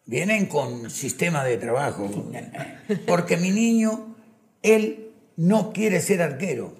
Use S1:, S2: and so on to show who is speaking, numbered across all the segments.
S1: Vienen con sistema de trabajo. Porque mi niño, él no quiere ser arquero.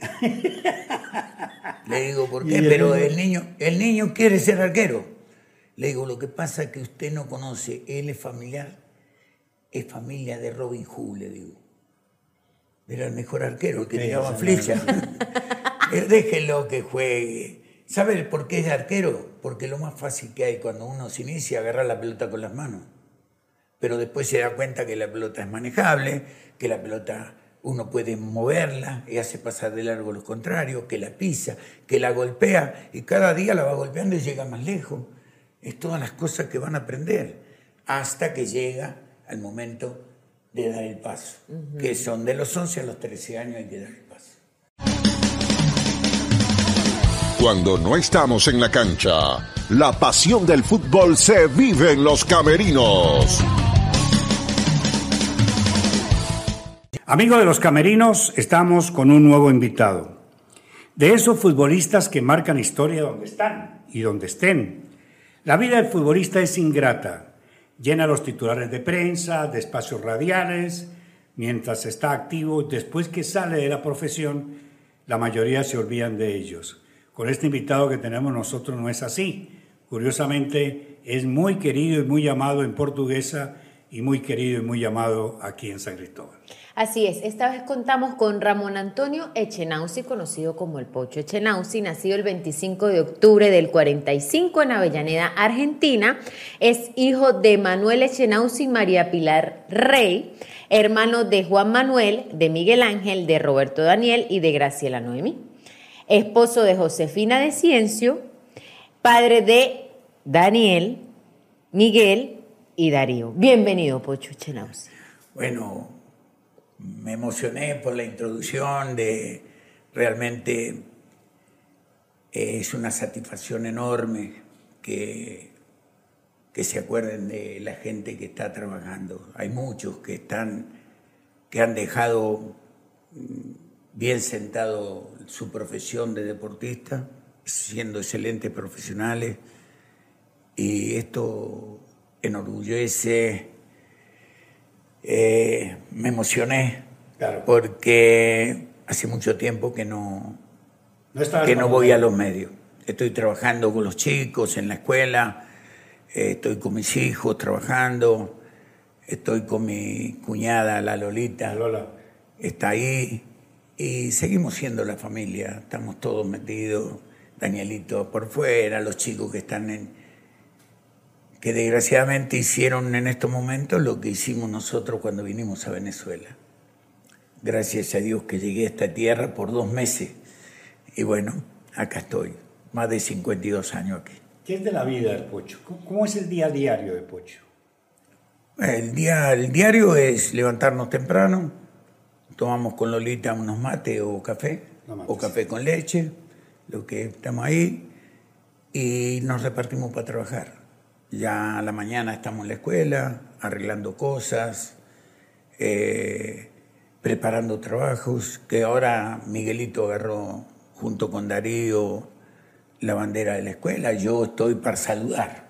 S1: Le digo, ¿por qué? Pero el niño quiere ser arquero. Le digo, lo que pasa es que usted no conoce, él es familia de Robin Hood, le digo. Era el mejor arquero, el que tiraba flecha. Déjenlo que juegue. ¿Sabe por qué es arquero? Porque lo más fácil que hay cuando uno se inicia es agarrar la pelota con las manos. Pero después se da cuenta que la pelota es manejable, que la pelota uno puede moverla y hace pasar de largo los contrarios, que la pisa, que la golpea y cada día la va golpeando y llega más lejos. Es todas las cosas que van a aprender hasta que llega al momento de dar el paso, que son de los 11 a los 13 años hay que dar el paso.
S2: Cuando no estamos en la cancha, la pasión del fútbol se vive en los camerinos.
S3: Amigos de los camerinos, estamos con un nuevo invitado. De esos futbolistas que marcan historia donde están y donde estén. La vida del futbolista es ingrata. Llena los titulares de prensa, de espacios radiales, mientras está activo. Después que sale de la profesión, la mayoría se olvidan de ellos. Con este invitado que tenemos nosotros no es así. Curiosamente, es muy querido y muy amado en Portuguesa y muy querido y muy amado aquí en San Cristóbal.
S4: Así es, esta vez contamos con Ramón Antonio Echenauzi, conocido como el Pocho Echenauzi, nacido el 25 de octubre del 45 en Avellaneda, Argentina. Es hijo de Manuel Echenauzi y María Pilar Rey, hermano de Juan Manuel, de Miguel Ángel, de Roberto Daniel y de Graciela Noemí. Esposo de Josefina de Ciencio, padre de Daniel, Miguel y Darío. Bienvenido, Pocho Echenauzi.
S1: Bueno, me emocioné por la introducción de realmente es una satisfacción enorme que se acuerden de la gente que está trabajando. Hay muchos que han dejado bien sentado su profesión de deportista, siendo excelentes profesionales, y esto enorgullece. Me emocioné, claro, porque hace mucho tiempo que no voy a los medios. Estoy trabajando con los chicos en la escuela, estoy con mis hijos trabajando, estoy con mi cuñada, la Lolita, está ahí, y seguimos siendo la familia, estamos todos metidos, Danielito por fuera, los chicos que están que desgraciadamente hicieron en estos momentos lo que hicimos nosotros cuando vinimos a Venezuela. Gracias a Dios que llegué a esta tierra por 2 meses. Y bueno, acá estoy, más de 52 años aquí.
S3: ¿Qué es de la vida del Pocho? ¿Cómo es el día a diario de Pocho?
S1: El diario es levantarnos temprano, tomamos con Lolita unos mates o café, o café con leche, lo que estamos ahí, y nos repartimos para trabajar. Ya a la mañana estamos en la escuela, arreglando cosas, preparando trabajos, que ahora Miguelito agarró junto con Darío la bandera de la escuela. Yo estoy para saludar.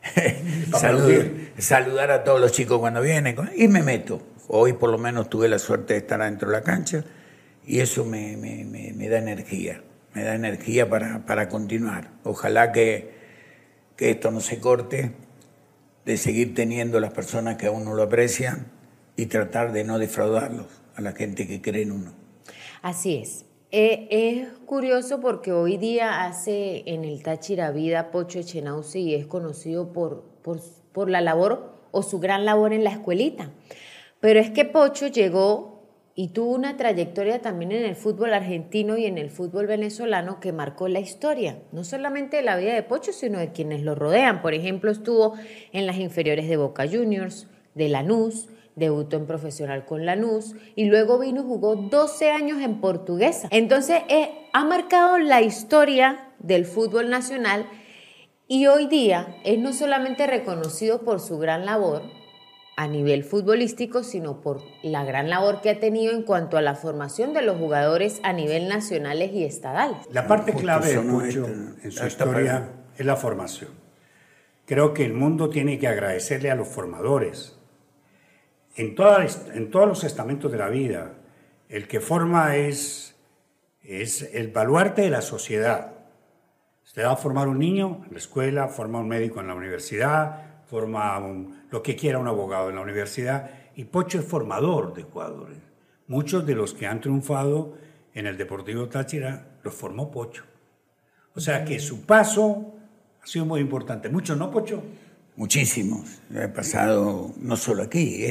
S1: Saludar a todos los chicos cuando vienen y me meto. Hoy por lo menos tuve la suerte de estar adentro de la cancha y eso me da energía. Me da energía para continuar. Ojalá que esto no se corte, de seguir teniendo las personas que a uno lo aprecian y tratar de no defraudarlos a la gente que cree en uno.
S4: Así es. Es curioso porque hoy día hace en el Táchira vida Pocho Echenauzi y es conocido por la labor o su gran labor en la escuelita. Pero es que Pocho llegó y tuvo una trayectoria también en el fútbol argentino y en el fútbol venezolano que marcó la historia, no solamente de la vida de Pocho, sino de quienes lo rodean. Por ejemplo, estuvo en las inferiores de Boca Juniors, de Lanús, debutó en profesional con Lanús y luego vino y jugó 12 años en Portuguesa. Entonces, ha marcado la historia del fútbol nacional y hoy día es no solamente reconocido por su gran labor a nivel futbolístico, sino por la gran labor que ha tenido en cuanto a la formación de los jugadores a nivel nacionales y estadales.
S3: La parte clave de Pocho en su historia es la formación. creo que el mundo tiene que agradecerle a los formadores. En todos los estamentos de la vida, el que forma es el baluarte de la sociedad. Usted va a formar un niño en la escuela, forma un médico en la universidad, forma lo que quiera un abogado en la universidad, y Pocho es formador de jugadores. Muchos de los que han triunfado en el Deportivo Táchira los formó Pocho. O sea que su paso ha sido muy importante. Muchos, ¿no, Pocho?
S1: Muchísimos. He pasado no solo aquí.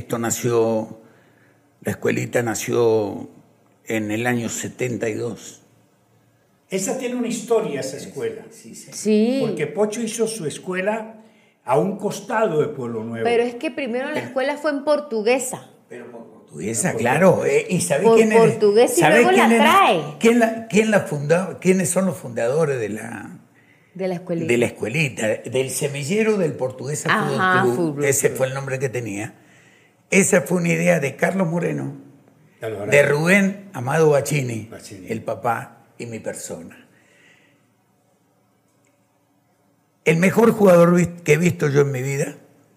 S1: La escuelita nació en el año 72.
S3: Esa tiene una historia, esa escuela.
S4: Sí.
S3: Porque Pocho hizo su escuela a un costado de Pueblo Nuevo.
S4: Pero es que primero la escuela fue en Portuguesa.
S1: Pero portuguesa, claro. ¿Y sabe
S4: Por
S1: quién es?
S4: portugués y luego la trae.
S1: ¿Quién la fundó? ¿Quiénes son los fundadores de la
S4: escuelita?
S1: De la escuelita, del semillero del Portuguesa
S4: Ajá,
S1: Fútbol Club. Ese fue el nombre que tenía. Esa fue una idea de Carlos Moreno, de Rubén Amado Bacchini, el papá y mi persona. El mejor jugador que he visto yo en mi vida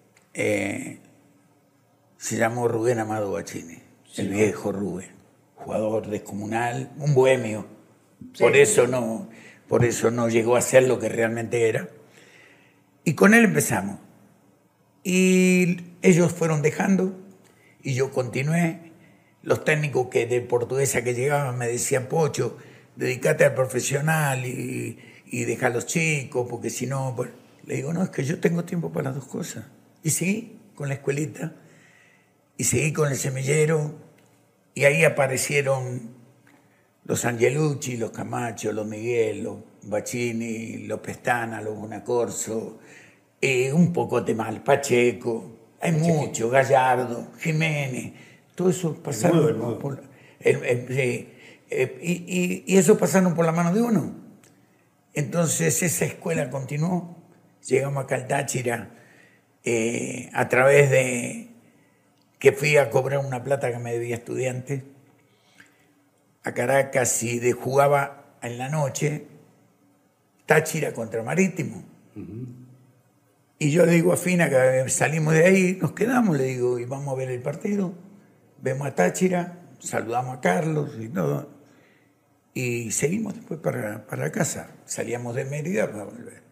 S1: se llamó Rubén Amado Bacchini, el viejo Rubén, jugador descomunal, un bohemio. Sí. Por eso no llegó a ser lo que realmente era. Y con él empezamos. Y ellos fueron dejando y yo continué. Los técnicos de Portuguesa que llegaban me decían, Pocho, dedícate al profesional y deja a los chicos, porque si no... Pues, le digo, no, es que yo tengo tiempo para las dos cosas. Y seguí con la escuelita, y seguí con el semillero, y ahí aparecieron los Angelucci, los Camacho, los Miguel, los Bacchini, los Pestana, los Bonacorso, un poco de mal, Pacheco, hay mucho, Gallardo, Jiménez, todo eso pasaron y eso pasaron por la mano de uno. Entonces esa escuela continuó, llegamos acá al Táchira a través de que fui a cobrar una plata que me debía estudiante a Caracas y jugaba en la noche Táchira contra Marítimo. Y yo le digo a Fina que salimos de ahí, nos quedamos, le digo, y vamos a ver el partido. Vemos a Táchira, saludamos a Carlos y todo. Y seguimos después para casa. Salíamos de Mérida para volver.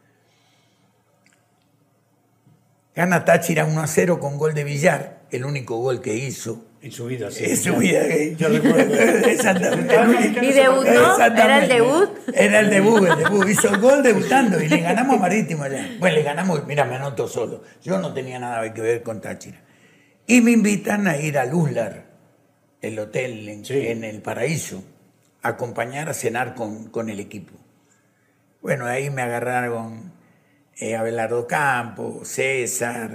S1: Gana Táchira 1-0 con gol de Villar, el único gol que hizo.
S3: En su vida, sí.
S1: En su vida.
S3: Yo recuerdo.
S1: Exactamente.
S4: ¿Y debutó? ¿Era el debut?
S1: Era el debut. Hizo el gol debutando y le ganamos a Marítimo allá. Bueno, le ganamos, mira, me anoto solo. Yo no tenía nada que ver con Táchira. Y me invitan a ir a Luzlar, el hotel en el Paraíso, a acompañar a cenar con el equipo. Bueno, ahí me agarraron Abelardo Campos, César,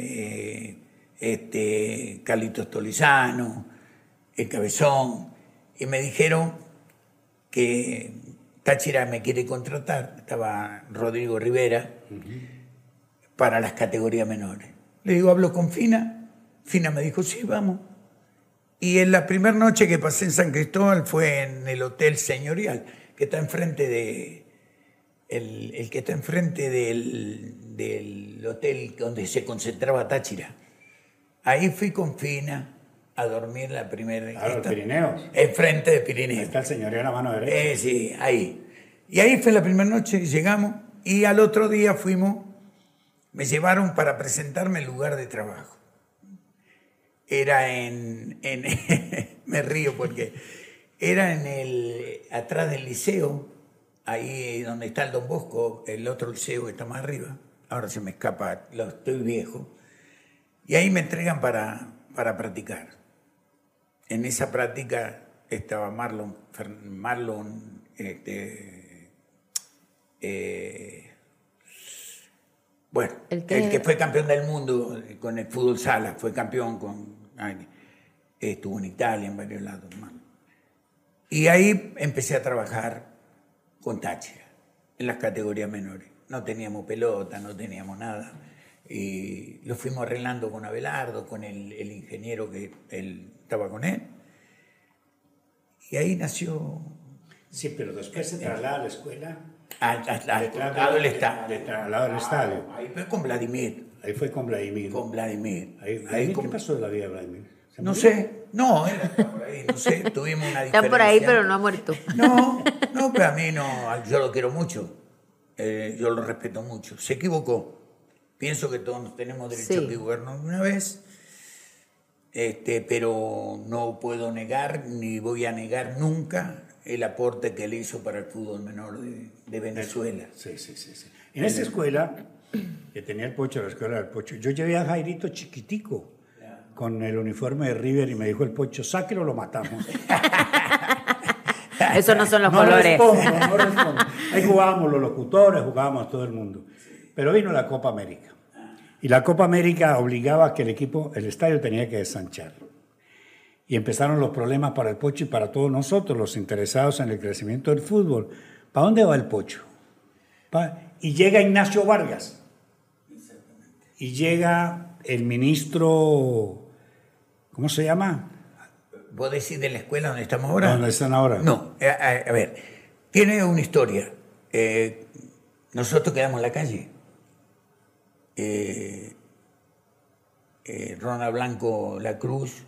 S1: Carlitos Tolizano, el Cabezón, y me dijeron que Táchira me quiere contratar, estaba Rodrigo Rivera, para las categorías menores. Le digo, hablo con Fina. Fina me dijo, sí, vamos. Y en la primera noche que pasé en San Cristóbal fue en el Hotel Señorial, que está enfrente el que está enfrente del hotel donde se concentraba Táchira. Ahí fui con Fina a dormir la primera...
S3: Claro, el Pirineos.
S1: Enfrente de Pirineos.
S3: Está el Señorial a la mano derecha.
S1: Sí, ahí. Y ahí fue la primera noche, llegamos, y al otro día me llevaron para presentarme el lugar de trabajo. Era me río porque era atrás del liceo, ahí donde está el Don Bosco, el otro liceo que está más arriba, ahora se me escapa, estoy viejo, y ahí me entregan para practicar. En esa práctica estaba Marlon bueno, el que fue campeón del mundo con el fútbol sala, fue campeón estuvo en Italia, en varios lados. Y ahí empecé a trabajar con Táchira, en las categorías menores. No teníamos pelota, no teníamos nada. Y lo fuimos arreglando con Abelardo, con el ingeniero que él estaba con él. Y ahí nació...
S3: Sí, pero después se traslada a la escuela.
S1: al lado del estadio.
S3: Al lado del estadio.
S1: Ahí fue con Vladimir.
S3: Ahí fue con Vladimir.
S1: Con Vladimir.
S3: ¿Qué pasó de la vida de Vladimir?
S1: No sé, no, él está por ahí, no sé, tuvimos una diferencia.
S4: Está por ahí, pero no ha muerto.
S1: No, pero a mí no, yo lo quiero mucho, yo lo respeto mucho. Se equivocó, pienso que todos tenemos derecho a equivocarnos una vez, pero no puedo negar, ni voy a negar nunca el aporte que él hizo para el fútbol menor de Venezuela.
S3: Sí. En esa escuela, que tenía el Pocho, la escuela del Pocho, yo llevé a Jairito chiquitico, con el uniforme de River, y me dijo el Pocho, sáquelo, lo matamos.
S4: Esos no son los colores.
S3: No respondo. Ahí jugábamos los locutores, jugábamos todo el mundo. Pero vino la Copa América. Y la Copa América obligaba a que el estadio tenía que desanchar. Y empezaron los problemas para el Pocho y para todos nosotros, los interesados en el crecimiento del fútbol. ¿Para dónde va el Pocho? Y llega Ignacio Vargas. Y llega el ministro, ¿cómo se llama?
S1: ¿Vos decís de la escuela donde estamos ahora?
S3: ¿Dónde están ahora?
S1: No, a ver, tiene una historia. Nosotros quedamos en la calle. Ronald Blanco La Cruz,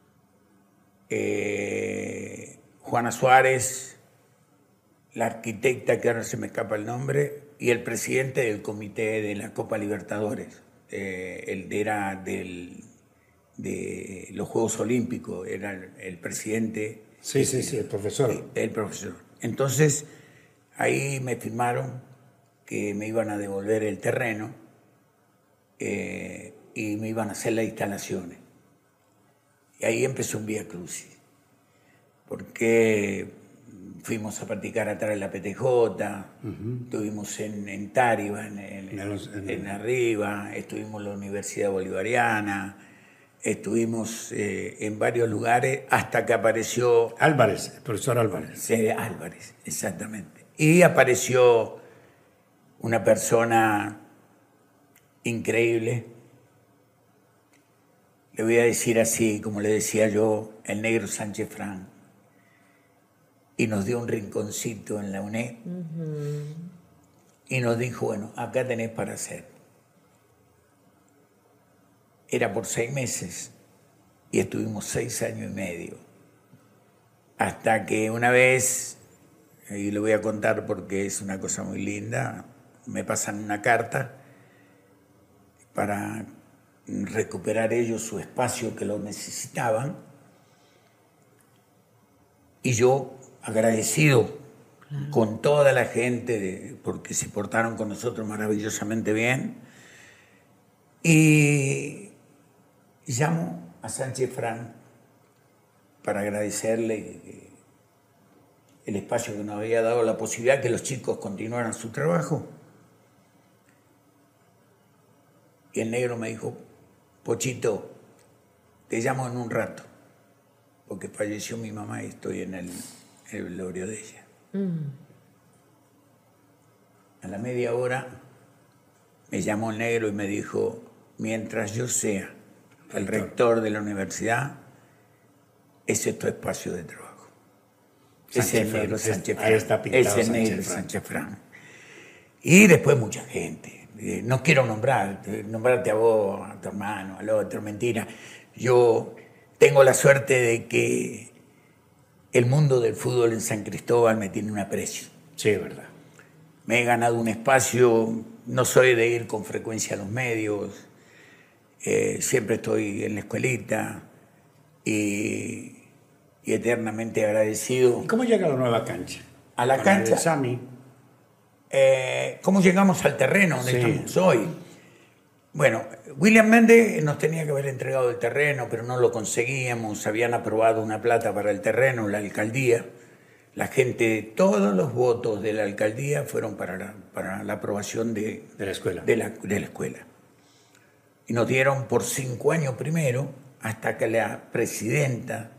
S1: Juana Suárez, la arquitecta, que ahora se me escapa el nombre, y el presidente del comité de la Copa Libertadores. Era de los Juegos Olímpicos, era el presidente.
S3: Sí, el profesor.
S1: El profesor. Entonces, ahí me firmaron que me iban a devolver el terreno y me iban a hacer las instalaciones. Y ahí empezó un vía crucis, porque fuimos a practicar atrás de la PTJ, estuvimos en Táriba, en Arriba, estuvimos en la Universidad Bolivariana, estuvimos en varios lugares hasta que apareció...
S3: Álvarez, el profesor Álvarez.
S1: Sí, Álvarez, exactamente. Y apareció una persona increíble, le voy a decir así, como le decía yo, el negro Sánchez Frank, y nos dio un rinconcito en la UNED y nos dijo, bueno, acá tenés para hacer. Era por 6 meses y estuvimos 6 años y medio. Hasta que una vez, y lo voy a contar porque es una cosa muy linda, me pasan una carta para recuperar ellos su espacio que lo necesitaban, y yo agradecido con toda la gente porque se portaron con nosotros maravillosamente bien, y llamo a Sánchez Frank para agradecerle el espacio que nos había dado, la posibilidad que los chicos continuaran su trabajo. Y el negro me dijo, Pochito, te llamo en un rato, porque falleció mi mamá y estoy en el velorio de ella. A la media hora me llamó el negro y me dijo, mientras yo sea el rector de la universidad, ese es tu espacio de trabajo. Ese es el negro Sánchez Frank.
S3: Ahí está pintado
S1: Ese es el negro Sánchez Frank. Y después mucha gente. No quiero nombrarte a vos, a tu hermano, al otro, mentira. Yo tengo la suerte de que el mundo del fútbol en San Cristóbal me tiene un aprecio.
S3: Sí, es verdad.
S1: Me he ganado un espacio, no soy de ir con frecuencia a los medios, siempre estoy en la escuelita y eternamente agradecido.
S3: ¿Y cómo llega a la nueva cancha?
S1: A la cancha.
S3: Sami.
S1: ¿Cómo llegamos al terreno donde estamos hoy? Bueno, William Méndez nos tenía que haber entregado el terreno, pero no lo conseguíamos. Habían aprobado una plata para el terreno, la alcaldía. La gente, todos los votos de la alcaldía fueron para la aprobación de la escuela. De la escuela. Y nos dieron por 5 años primero, hasta que la presidenta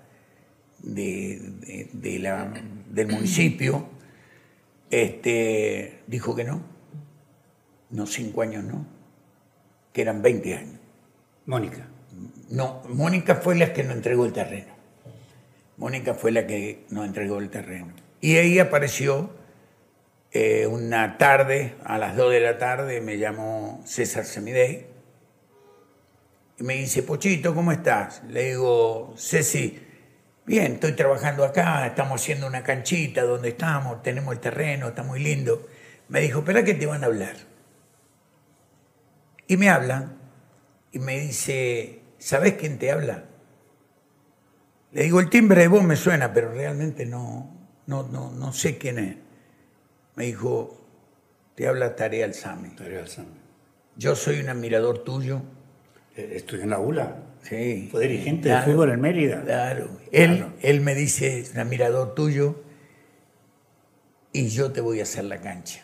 S1: del municipio dijo que no. No, 5 años no, que eran 20 años.
S3: Mónica.
S1: No, Mónica fue la que nos entregó el terreno. Mónica fue la que nos entregó el terreno. Y ahí apareció Una tarde, a las 2 de la tarde, me llamó César Semidey y me dice, Pochito, ¿cómo estás? Le digo, Ceci, bien, estoy trabajando acá, estamos haciendo una canchita donde estamos, tenemos el terreno, está muy lindo. Me dijo, espera que te van a hablar. Y me hablan y me dice, ¿sabés quién te habla? Le digo, el timbre de voz me suena, pero realmente no sé quién es. Me dijo, te habla Tareq Al-Sami.
S3: Tareq Al-Sami.
S1: Yo soy un admirador tuyo.
S3: Estudió en la ULA.
S1: Sí.
S3: Fue dirigente de fútbol en Mérida.
S1: Claro.
S3: Claro.
S1: Él me dice, es un admirador tuyo y yo te voy a hacer la cancha.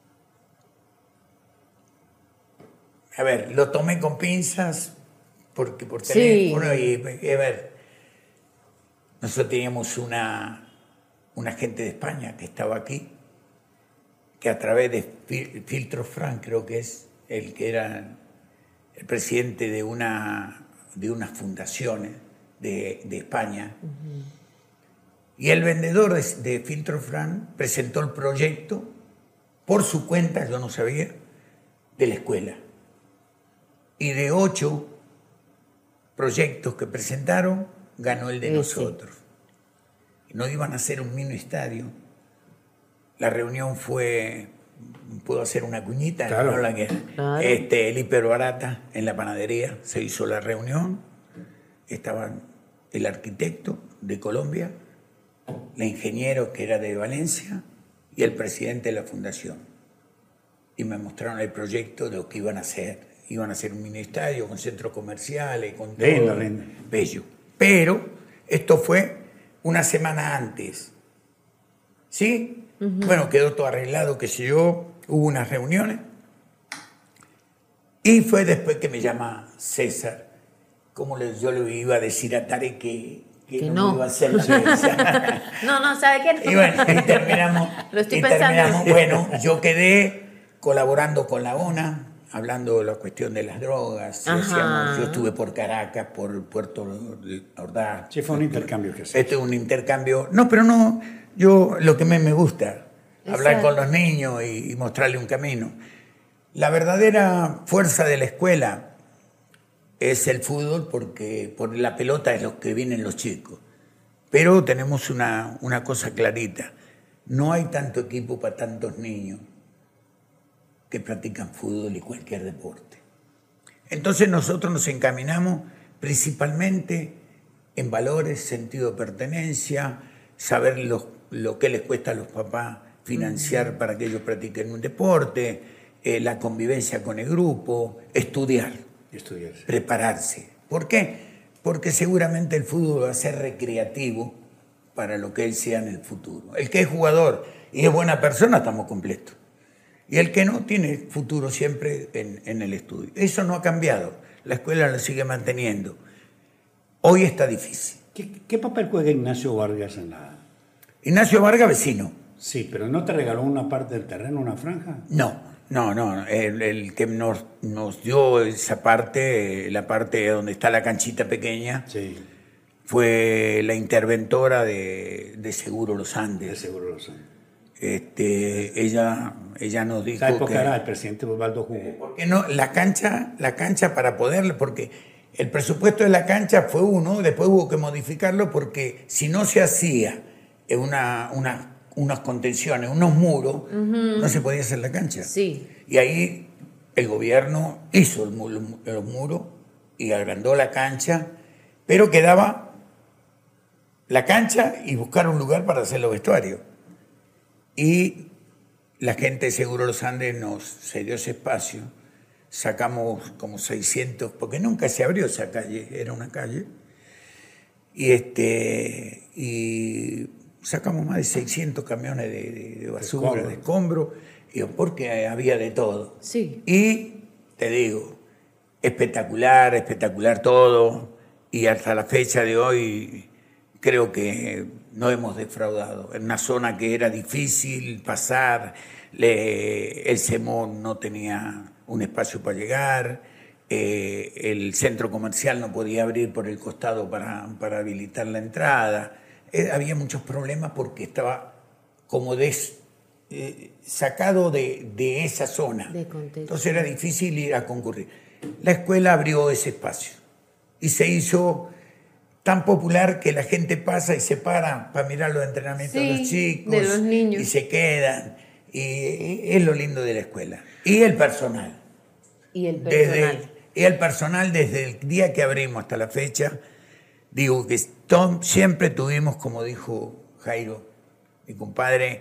S1: A ver, lo tomé con pinzas porque por teléfono y a ver, nosotros teníamos una gente de España que estaba aquí, que a través de Filtro Frank, creo que es el que era el presidente de unas fundaciones de España, y el vendedor de Filtro Frank presentó el proyecto por su cuenta, yo no sabía, de la escuela. Y de 8 proyectos que presentaron, ganó el de nosotros. No iban a hacer un mini estadio. La reunión fue, puedo hacer una cuñita,
S3: claro.
S1: ¿no?
S4: Claro.
S1: El Hiperbarata en la panadería, se hizo la reunión, estaban el arquitecto de Colombia, el ingeniero que era de Valencia y el presidente de la fundación. Y me mostraron el proyecto de lo que iban a hacer. Iban a hacer un mini estadio con centros comerciales, con todo.
S3: Lindo.
S1: Bello. Pero esto fue una semana antes. ¿Sí? Bueno, quedó todo arreglado, qué sé yo, hubo unas reuniones. Y fue después que me llama César, como yo le iba a decir a Tareq que no iba a hacer la mesa.
S4: No, ¿sabe qué?
S1: Y bueno, y terminamos.
S4: Lo estoy pensando.
S1: Bueno, yo quedé colaborando con la ONA, hablando de la cuestión de las drogas. Yo estuve por Caracas, por Puerto Ordaz.
S3: Sí, fue un intercambio que se
S1: Este es un intercambio. No, pero no, yo lo que me gusta, hablar con los niños y mostrarle un camino. La verdadera fuerza de la escuela es el fútbol, porque por la pelota es lo que vienen los chicos. Pero tenemos una cosa clarita. No hay tanto equipo para tantos niños que practican fútbol y cualquier deporte. Entonces nosotros nos encaminamos principalmente en valores, sentido de pertenencia, saber lo que les cuesta a los papás financiar para que ellos practiquen un deporte, la convivencia con el grupo, estudiar, prepararse. ¿Por qué? Porque seguramente el fútbol va a ser recreativo para lo que él sea en el futuro. El que es jugador y es buena persona, estamos completos. Y el que no, tiene futuro siempre en el estudio. Eso no ha cambiado. La escuela lo sigue manteniendo. Hoy está difícil.
S3: ¿Qué papel juega Ignacio Vargas en la...?
S1: Ignacio Vargas, vecino.
S3: Sí, pero ¿no te regaló una parte del terreno, una franja?
S1: No. El que nos dio esa parte, la parte donde está la canchita pequeña,
S3: sí,
S1: fue la interventora de Seguro Los Andes.
S3: De Seguro Los Andes.
S1: Ella nos dijo
S3: ¿Esa época
S1: que
S3: era el presidente Osvaldo Hugo?
S1: ¿por qué no? La cancha para poder, porque el presupuesto de la cancha fue uno, después hubo que modificarlo porque si no se hacía unas contenciones, unos muros, no se podía hacer la cancha.
S4: Sí.
S1: Y ahí el gobierno hizo los muros y agrandó la cancha, pero quedaba la cancha y buscar un lugar para hacer los vestuarios. Y la gente de Seguro Los Andes nos cedió ese espacio, sacamos como 600, porque nunca se abrió esa calle, era una calle, y sacamos más de 600 camiones de basura, de escombro, porque había de todo.
S4: Sí.
S1: Y te digo, espectacular todo, y hasta la fecha de hoy creo que no hemos defraudado. En una zona que era difícil pasar, el CEMON no tenía un espacio para llegar, el centro comercial no podía abrir por el costado para habilitar la entrada. Había muchos problemas porque estaba como sacado de esa zona.
S4: De contexto.
S1: Entonces era difícil ir a concurrir. La escuela abrió ese espacio y se hizo tan popular que la gente pasa y se para mirar los entrenamientos de los chicos,
S4: de los niños.
S1: y se quedan. Y es lo lindo de la escuela. Y el personal.
S4: Y el personal.
S1: Desde el día que abrimos hasta la fecha, digo que siempre tuvimos, como dijo Jairo, mi compadre,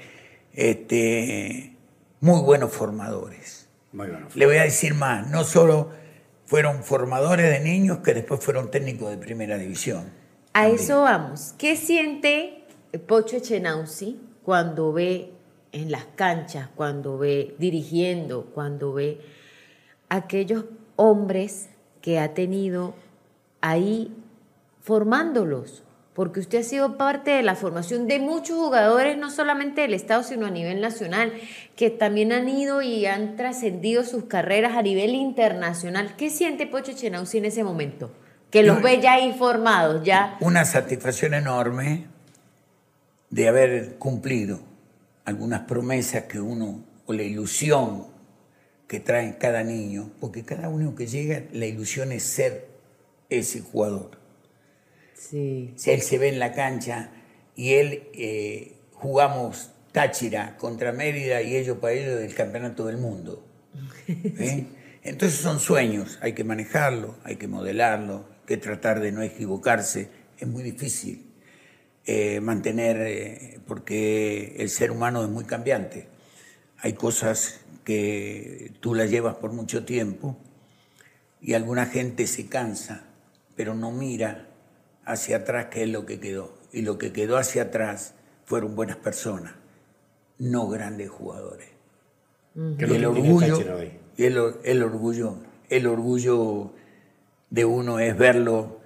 S1: muy buenos formadores.
S3: Muy bueno.
S1: Le voy a decir más, no solo fueron formadores de niños que después fueron técnicos de primera división.
S4: A
S1: también.
S4: eso vamos. ¿Qué siente Pocho Echenauzi cuando ve en las canchas, cuando ve dirigiendo, cuando ve aquellos hombres que ha tenido ahí formándolos? Porque usted ha sido parte de la formación de muchos jugadores, no solamente del Estado, sino a nivel nacional, que también han ido y han trascendido sus carreras a nivel internacional. ¿Qué siente Pocho Echenauzi en ese momento? Que los ve ya ahí formados, ya.
S1: Una satisfacción enorme de haber cumplido algunas promesas que uno, o la ilusión que trae cada niño, porque cada uno que llega, la ilusión es ser ese jugador.
S4: Sí.
S1: Si él se ve en la cancha y él jugamos Táchira contra Mérida y ellos para ellos del campeonato del mundo. Entonces son sueños, hay que manejarlo, hay que modelarlo, hay que tratar de no equivocarse. Es muy difícil mantener, porque el ser humano es muy cambiante. Hay cosas que tú las llevas por mucho tiempo y alguna gente se cansa, pero no mira hacia atrás qué es lo que quedó. Y lo que quedó hacia atrás fueron buenas personas, no grandes jugadores.
S3: ¿Qué es lo
S1: El
S3: que tiene
S1: orgullo,
S3: Táchira hoy?
S1: el orgullo de uno es verlo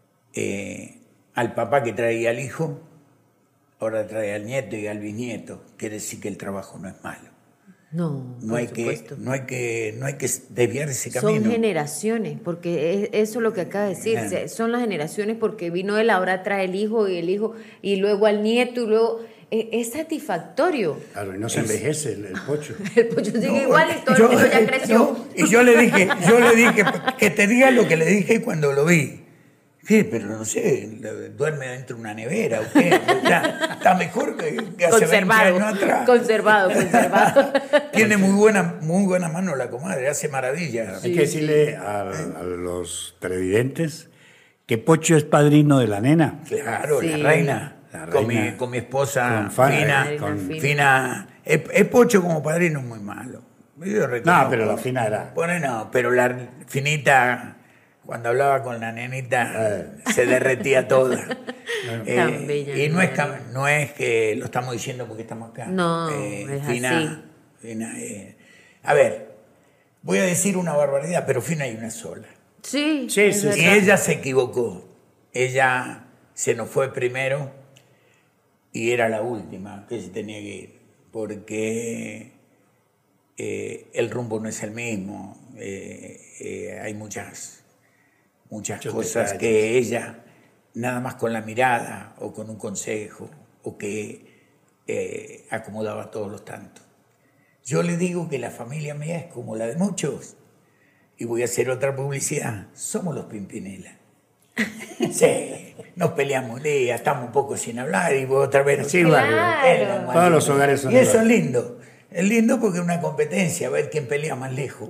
S1: al papá que traía al hijo, ahora trae al nieto y al bisnieto. Quiere decir que el trabajo no es malo.
S4: No,
S1: No hay que desviar ese camino.
S4: Son generaciones, porque eso es lo que acaba de decir.
S1: Claro.
S4: Son las generaciones, porque vino él, ahora trae el hijo, y luego al nieto, y luego es satisfactorio.
S3: Claro, y no se envejece el Pocho.
S4: El Pocho sigue igual y todo el mundo ya creció.
S1: Y yo le dije que te diga lo que le dije cuando lo vi. ¿Qué? Pero no sé, duerme dentro de una nevera o qué. Está mejor que hace 20 años atrás.
S4: Conservado.
S1: Tiene muy buena mano la comadre, hace maravillas.
S3: Hay que decirle a los televidentes que Pocho es padrino de la nena.
S1: Claro,
S4: Sí.
S1: la reina.
S3: La
S1: Con
S3: reina.
S1: mi esposa
S3: Con
S1: Fina. Fina. Es Pocho como padrino muy malo. Yo reconozco.
S3: No, pero la Fina era.
S1: Bueno, no, pero la Finita, cuando hablaba con la nenita, se derretía toda.
S4: Tan bella,
S1: y
S4: nena.
S1: no es que lo estamos diciendo porque estamos acá.
S4: No, es así.
S1: Fina, a ver, voy a decir una barbaridad, pero Fina hay una sola.
S4: Sí,
S3: Sí,
S4: es
S3: sí,
S4: verdad.
S1: Y ella se equivocó. Ella se nos fue primero y era la última que se tenía que ir, porque el rumbo no es el mismo. Hay muchas
S3: Muchos
S1: cosas
S3: detalles.
S1: que ella, nada más con la mirada o con un consejo, o que acomodaba todos los tantos. Yo le digo que la familia mía es como la de muchos. Y voy a hacer otra publicidad. Somos los Pimpinela. Sí, nos peleamos días, estamos un poco sin hablar y vos otra vez.
S3: Sí,
S4: Claro.
S3: Todos los hogares son
S1: Y eso es
S3: iguales.
S1: lindo. Es lindo porque es una competencia, a ver quién pelea más lejos.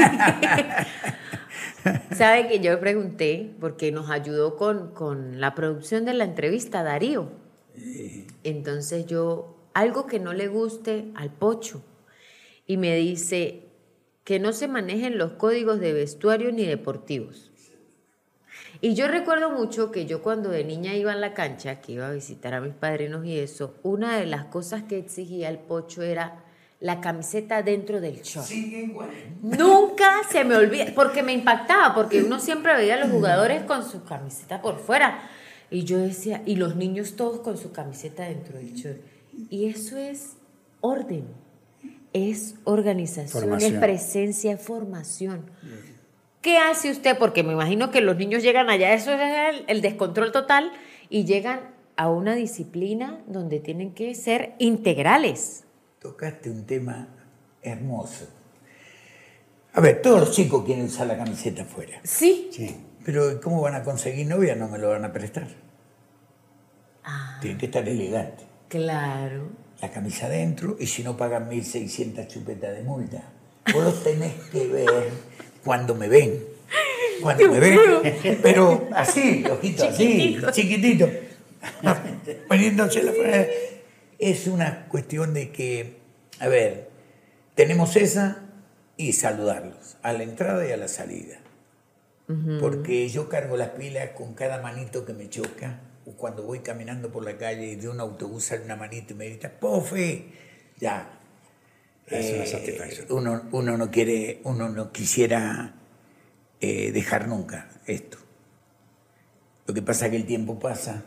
S4: Sabe que yo pregunté, porque nos ayudó con la producción de la entrevista Darío. Entonces algo que no le guste al Pocho, y me dice que no se manejen los códigos de vestuario ni deportivos. Y yo recuerdo mucho que yo cuando de niña iba a la cancha, que iba a visitar a mis padrinos y eso, una de las cosas que exigía el Pocho era la camiseta dentro del short.
S1: Sigue igual.
S4: Nunca se me olvida, porque me impactaba, porque uno siempre veía a los jugadores con su camiseta por fuera. Y yo decía, y los niños todos con su camiseta dentro del short. Y eso es orden, es organización,
S3: Formación.
S4: es presencia, es formación. ¿Qué hace usted? Porque me imagino que los niños llegan allá, eso es el descontrol total, y llegan a una disciplina donde tienen que ser integrales.
S1: tocaste un tema hermoso. A ver, todos los chicos quieren usar la camiseta afuera.
S4: Sí.
S1: Pero ¿cómo van a conseguir novia? No me lo van a prestar. Tienen que estar elegantes.
S4: Claro.
S1: La camisa adentro, y si no pagan 1.600 chupetas de multa. Vos los tenés que ver cuando me ven. Cuando me ven. Pero así, ojito, así, chiquitito. Poniéndose la frase. Es una cuestión de que, a ver, tenemos esa y saludarlos a la entrada y a la salida. Porque yo cargo las pilas con cada manito que me choca, o cuando voy caminando por la calle y de un autobús sale una manito y me grita, ¡Pofe! Ya.
S3: Es una satisfacción.
S1: Uno no quisiera dejar nunca esto. Lo que pasa es que el tiempo pasa,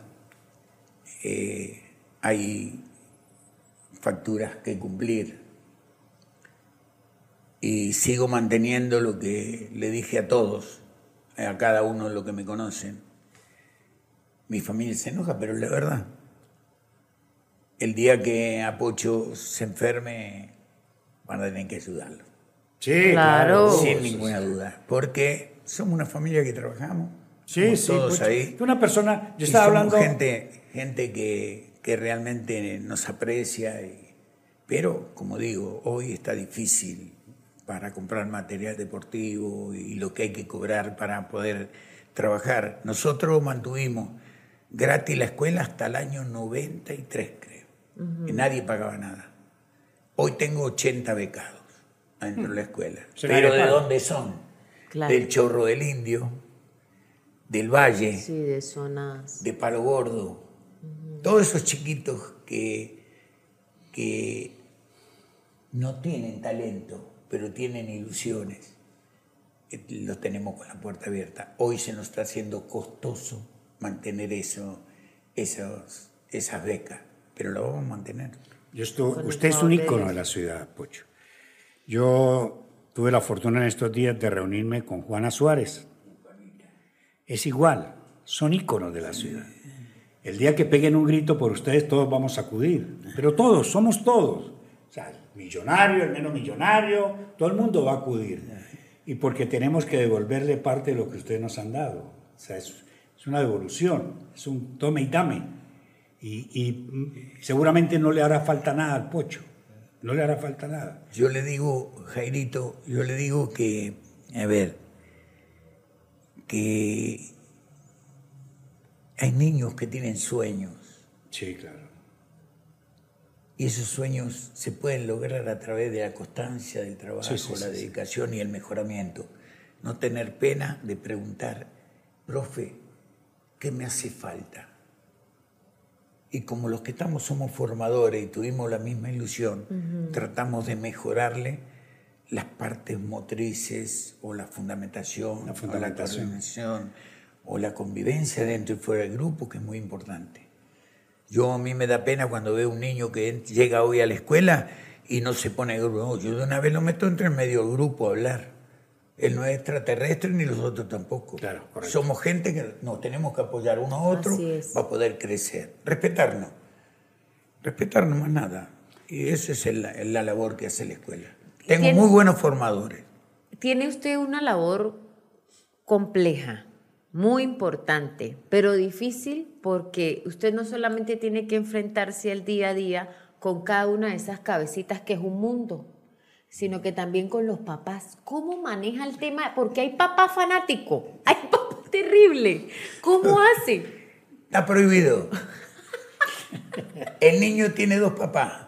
S1: hay facturas que cumplir y sigo manteniendo lo que le dije a todos, a cada uno de los que me conocen. Mi familia se enoja, pero es la verdad. El día que a Pocho se enferme, van a tener que ayudarlo.
S3: Sí,
S4: Claro.
S1: Sin ninguna duda. Porque somos una familia que trabajamos.
S3: Sí,
S1: todos
S3: Pocho.
S1: ahí.
S3: Una persona, yo
S1: Y
S3: estaba
S1: somos
S3: hablando...
S1: gente que realmente nos aprecia. Pero, como digo, hoy está difícil para comprar material deportivo y lo que hay que cobrar para poder trabajar. Nosotros mantuvimos gratis la escuela hasta el año 93, creo. Y nadie pagaba nada. Hoy tengo 80 becados dentro de la escuela. Pero ¿de dónde son?
S4: Claro.
S1: Del Chorro del Indio, del Valle,
S4: Sí, de zonas.
S1: de Palo Gordo. Todos esos chiquitos que no tienen talento, pero tienen ilusiones. Los tenemos con la puerta abierta. Hoy se nos está haciendo costoso mantener esas becas, pero lo vamos a mantener.
S3: Usted es un ícono de la ciudad, Pocho. Yo tuve la fortuna en estos días de reunirme con Juana Suárez. Es igual, son íconos de la ciudad. El día que peguen un grito por ustedes, todos vamos a acudir. Pero todos, somos todos. O sea, el millonario, el menos millonario, todo el mundo va a acudir. Y porque tenemos que devolverle parte de lo que ustedes nos han dado. O sea, es una devolución, es un tome y dame. Y seguramente no le hará falta nada al Pocho. No le hará falta nada.
S1: Yo le digo, Jairito, que, a ver, que hay niños que tienen sueños.
S3: Sí, claro.
S1: Y esos sueños se pueden lograr a través de la constancia del trabajo, la dedicación y el mejoramiento. No tener pena de preguntar, profe, ¿qué me hace falta? Y como los que estamos somos formadores y tuvimos la misma ilusión, tratamos de mejorarle las partes motrices o la fundamentación, o la coordinación o la convivencia dentro y fuera del grupo, que es muy importante. A mí me da pena cuando veo un niño que llega hoy a la escuela y no se pone grupo. No, yo de una vez lo meto entre el medio del grupo a hablar. Él no es extraterrestre ni los otros tampoco.
S3: Claro, correcto.
S1: Somos gente que nos tenemos que apoyar uno a otro para poder crecer. Respetarnos más nada. Y esa es la labor que hace la escuela. Tengo muy buenos formadores.
S4: Tiene usted una labor compleja, muy importante, pero difícil porque usted no solamente tiene que enfrentarse al día a día con cada una de esas cabecitas que es un mundo, sino que también con los papás. ¿Cómo maneja el tema? Porque hay papás fanáticos, hay papás terribles. ¿Cómo hace?
S1: Está prohibido. El niño tiene dos papás.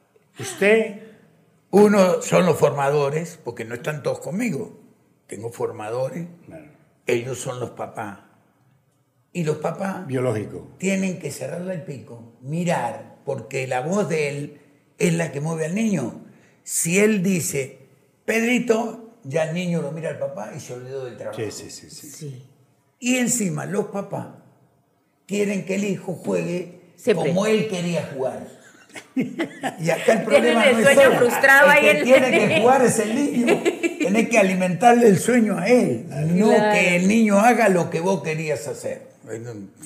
S1: Uno son los formadores, porque no están todos conmigo. Tengo formadores. Claro. Ellos son los papás. Y los papás
S3: biológico
S1: tienen que cerrarle el pico, mirar, porque la voz de él es la que mueve al niño. Si él dice, Pedrito, ya el niño lo mira al papá y se olvidó del trabajo.
S3: Sí.
S1: Y encima los papás quieren que el hijo juegue como él quería jugar. Y acá el problema no es
S4: sueño
S1: él.
S4: frustrado
S1: El que tiene que jugar es el niño. Tenés que alimentarle el sueño a él, no que el niño haga lo que vos querías hacer. Es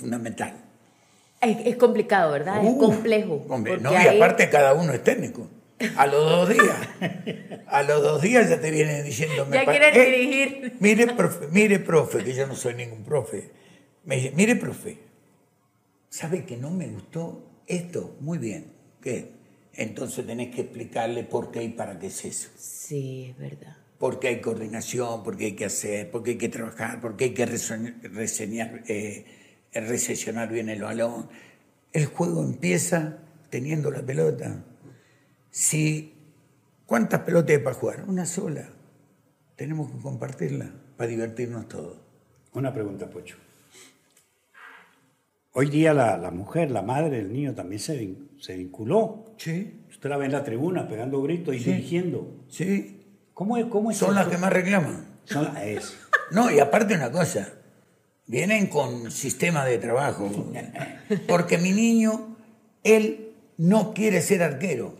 S1: fundamental.
S4: Es complicado, ¿verdad? Es complejo.
S1: Hombre, no, y aparte cada uno es técnico. A los 2 días ya te vienen diciendo...
S4: Ya quieren dirigir.
S1: Mire, profe, que yo no soy ningún profe. Me dice, mire, profe, ¿sabe que no me gustó esto? Muy bien. ¿Qué? Entonces tenés que explicarle por qué y para qué es eso.
S4: Sí, es verdad.
S1: Porque hay coordinación, porque hay que hacer, porque hay que trabajar, porque hay que recesionar bien el balón. El juego empieza teniendo la pelota. ¿Cuántas pelotas hay para jugar? Una sola. Tenemos que compartirla para divertirnos todos.
S3: Una pregunta, Pocho. Hoy día la mujer, la madre del niño también se vinculó.
S1: Sí.
S3: Usted la ve en la tribuna pegando gritos y dirigiendo.
S1: Sí.
S3: ¿Cómo es
S1: Son
S3: esto?
S1: las que más reclaman.
S3: Es.
S1: No, y aparte una cosa, vienen con sistema de trabajo. Porque mi niño, él no quiere ser arquero.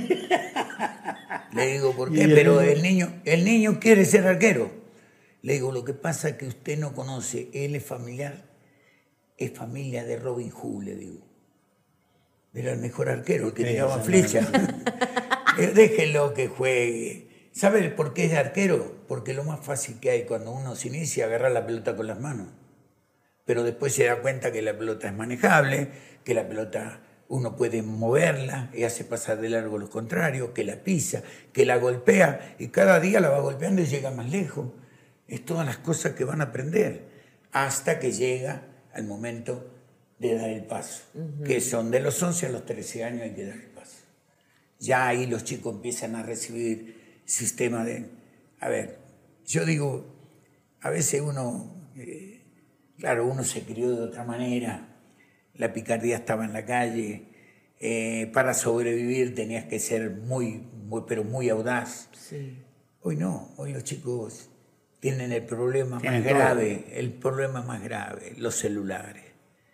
S1: Le digo, ¿por qué? Pero el niño quiere ser arquero. Le digo, lo que pasa es que usted no conoce, él es familia de Robin Hood, le digo. Era el mejor arquero, el que tiraba flecha. Déjenlo que juegue. ¿Sabe por qué es arquero? Porque lo más fácil que hay cuando uno se inicia es agarrar la pelota con las manos. Pero después se da cuenta que la pelota es manejable, que la pelota uno puede moverla y hace pasar de largo a los contrarios, que la pisa, que la golpea y cada día la va golpeando y llega más lejos. Es todas las cosas que van a aprender hasta que llega al momento de dar el paso, que son de los 11 a los 13 años hay que dar el paso. Ya ahí los chicos empiezan a recibir sistema de... A ver, yo digo, a veces uno, claro, uno se crió de otra manera, la picardía estaba en la calle, para sobrevivir tenías que ser muy audaz.
S4: Sí.
S1: Hoy no, hoy los chicos tienen el problema más grave, los celulares.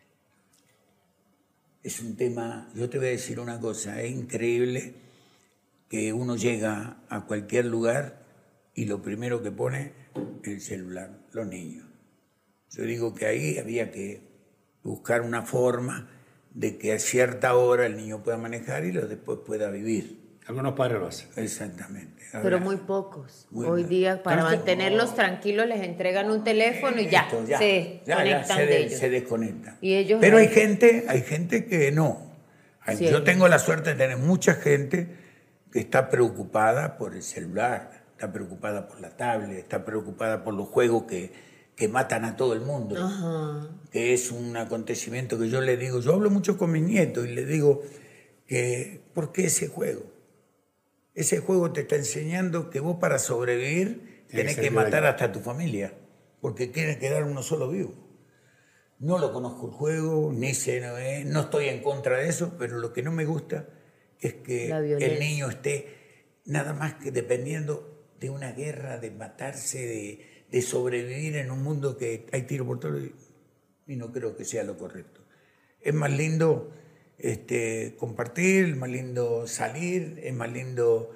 S1: Es un tema, yo te voy a decir una cosa, es increíble que uno llega a cualquier lugar y lo primero que pone es el celular, los niños. Yo digo que ahí había que buscar una forma de que a cierta hora el niño pueda manejar y después pueda vivir.
S3: Algunos padres lo hacen.
S1: Exactamente. Ahora,
S4: Pero muy pocos.
S1: Muy
S4: Hoy
S1: mal.
S4: día, para mantenerlos tranquilos, les entregan un teléfono y ya se desconectan de ellos.
S1: Se desconectan.
S4: Y ellos
S1: pero hay gente que no.
S4: Sí,
S1: Yo tengo la suerte de tener mucha gente que está preocupada por el celular, está preocupada por la tablet, está preocupada por los juegos que matan a todo el mundo.
S4: Ajá.
S1: Que es un acontecimiento que yo le digo, yo hablo mucho con mis nietos y les digo que, ¿por qué ese juego? Ese juego te está enseñando que vos para sobrevivir tenés que matar hasta a tu familia, porque quieren quedar uno solo vivo. No lo conozco el juego, ni sé, no estoy en contra de eso, pero lo que no me gusta es que el niño esté nada más que dependiendo de una guerra, de matarse, de sobrevivir en un mundo que hay tiro por todo y no creo que sea lo correcto. Es más lindo compartir, es más lindo salir, es más lindo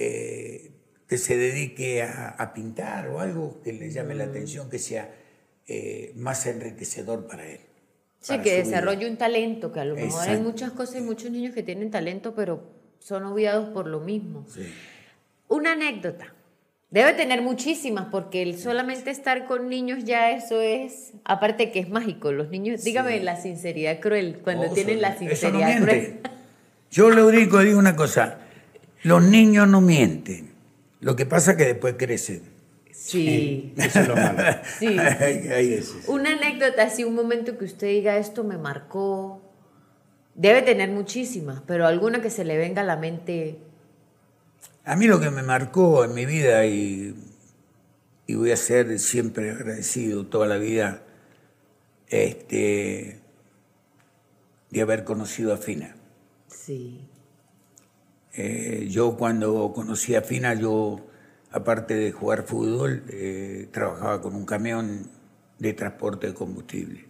S1: que se dedique a pintar o algo que le llame la atención, que sea más enriquecedor para él.
S4: Sí, que desarrolle un talento, que a lo mejor hay muchas cosas y muchos niños que tienen talento, pero son obviados por lo mismo.
S1: Sí.
S4: Una anécdota. Debe tener muchísimas, porque el solamente estar con niños ya eso es, aparte que es mágico. Los niños, dígame la sinceridad cruel, cuando tienen la sinceridad cruel.
S1: Yo lo único digo una cosa, los niños no mienten, lo que pasa es que después crecen.
S4: Sí.
S3: Eso es lo malo.
S4: Sí. Una anécdota, así un momento que usted diga, esto me marcó. Debe tener muchísimas, pero alguna que se le venga a la mente.
S1: A mí lo que me marcó en mi vida, y voy a ser siempre agradecido toda la vida, de haber conocido a Fina.
S4: Sí.
S1: Yo cuando conocí a Fina, yo, aparte de jugar fútbol, trabajaba con un camión de transporte de combustible.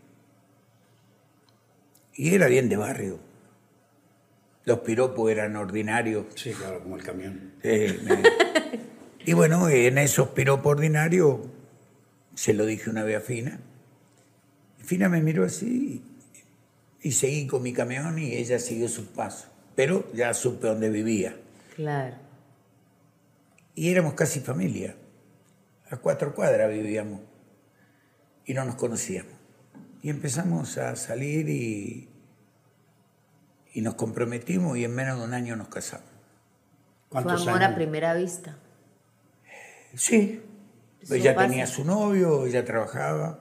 S1: Y era bien de barrio. Los piropos eran ordinarios.
S3: Sí, claro, como el camión.
S1: Y bueno, en esos piropos ordinarios se lo dije una vez a Fina. Fina me miró así y seguí con mi camión y ella siguió sus pasos. Pero ya supe dónde vivía.
S4: Claro.
S1: Y éramos casi familia. A 4 cuadras vivíamos y no nos conocíamos. Y empezamos a salir y nos comprometimos y en menos de un año nos casamos.
S4: Fue
S3: ¿Cuántos
S4: amor
S3: años?
S4: a primera vista.
S1: Sí,
S4: Eso
S1: ella
S4: pasa.
S1: tenía su novio, ella trabajaba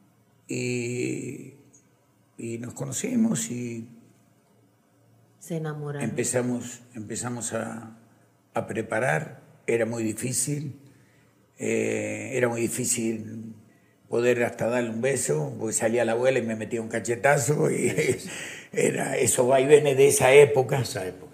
S1: y nos conocimos y
S4: Se enamoraron.
S1: empezamos a preparar. Era muy difícil poder hasta darle un beso, porque salía la abuela y me metía un cachetazo y era esos vaivenes de esa época,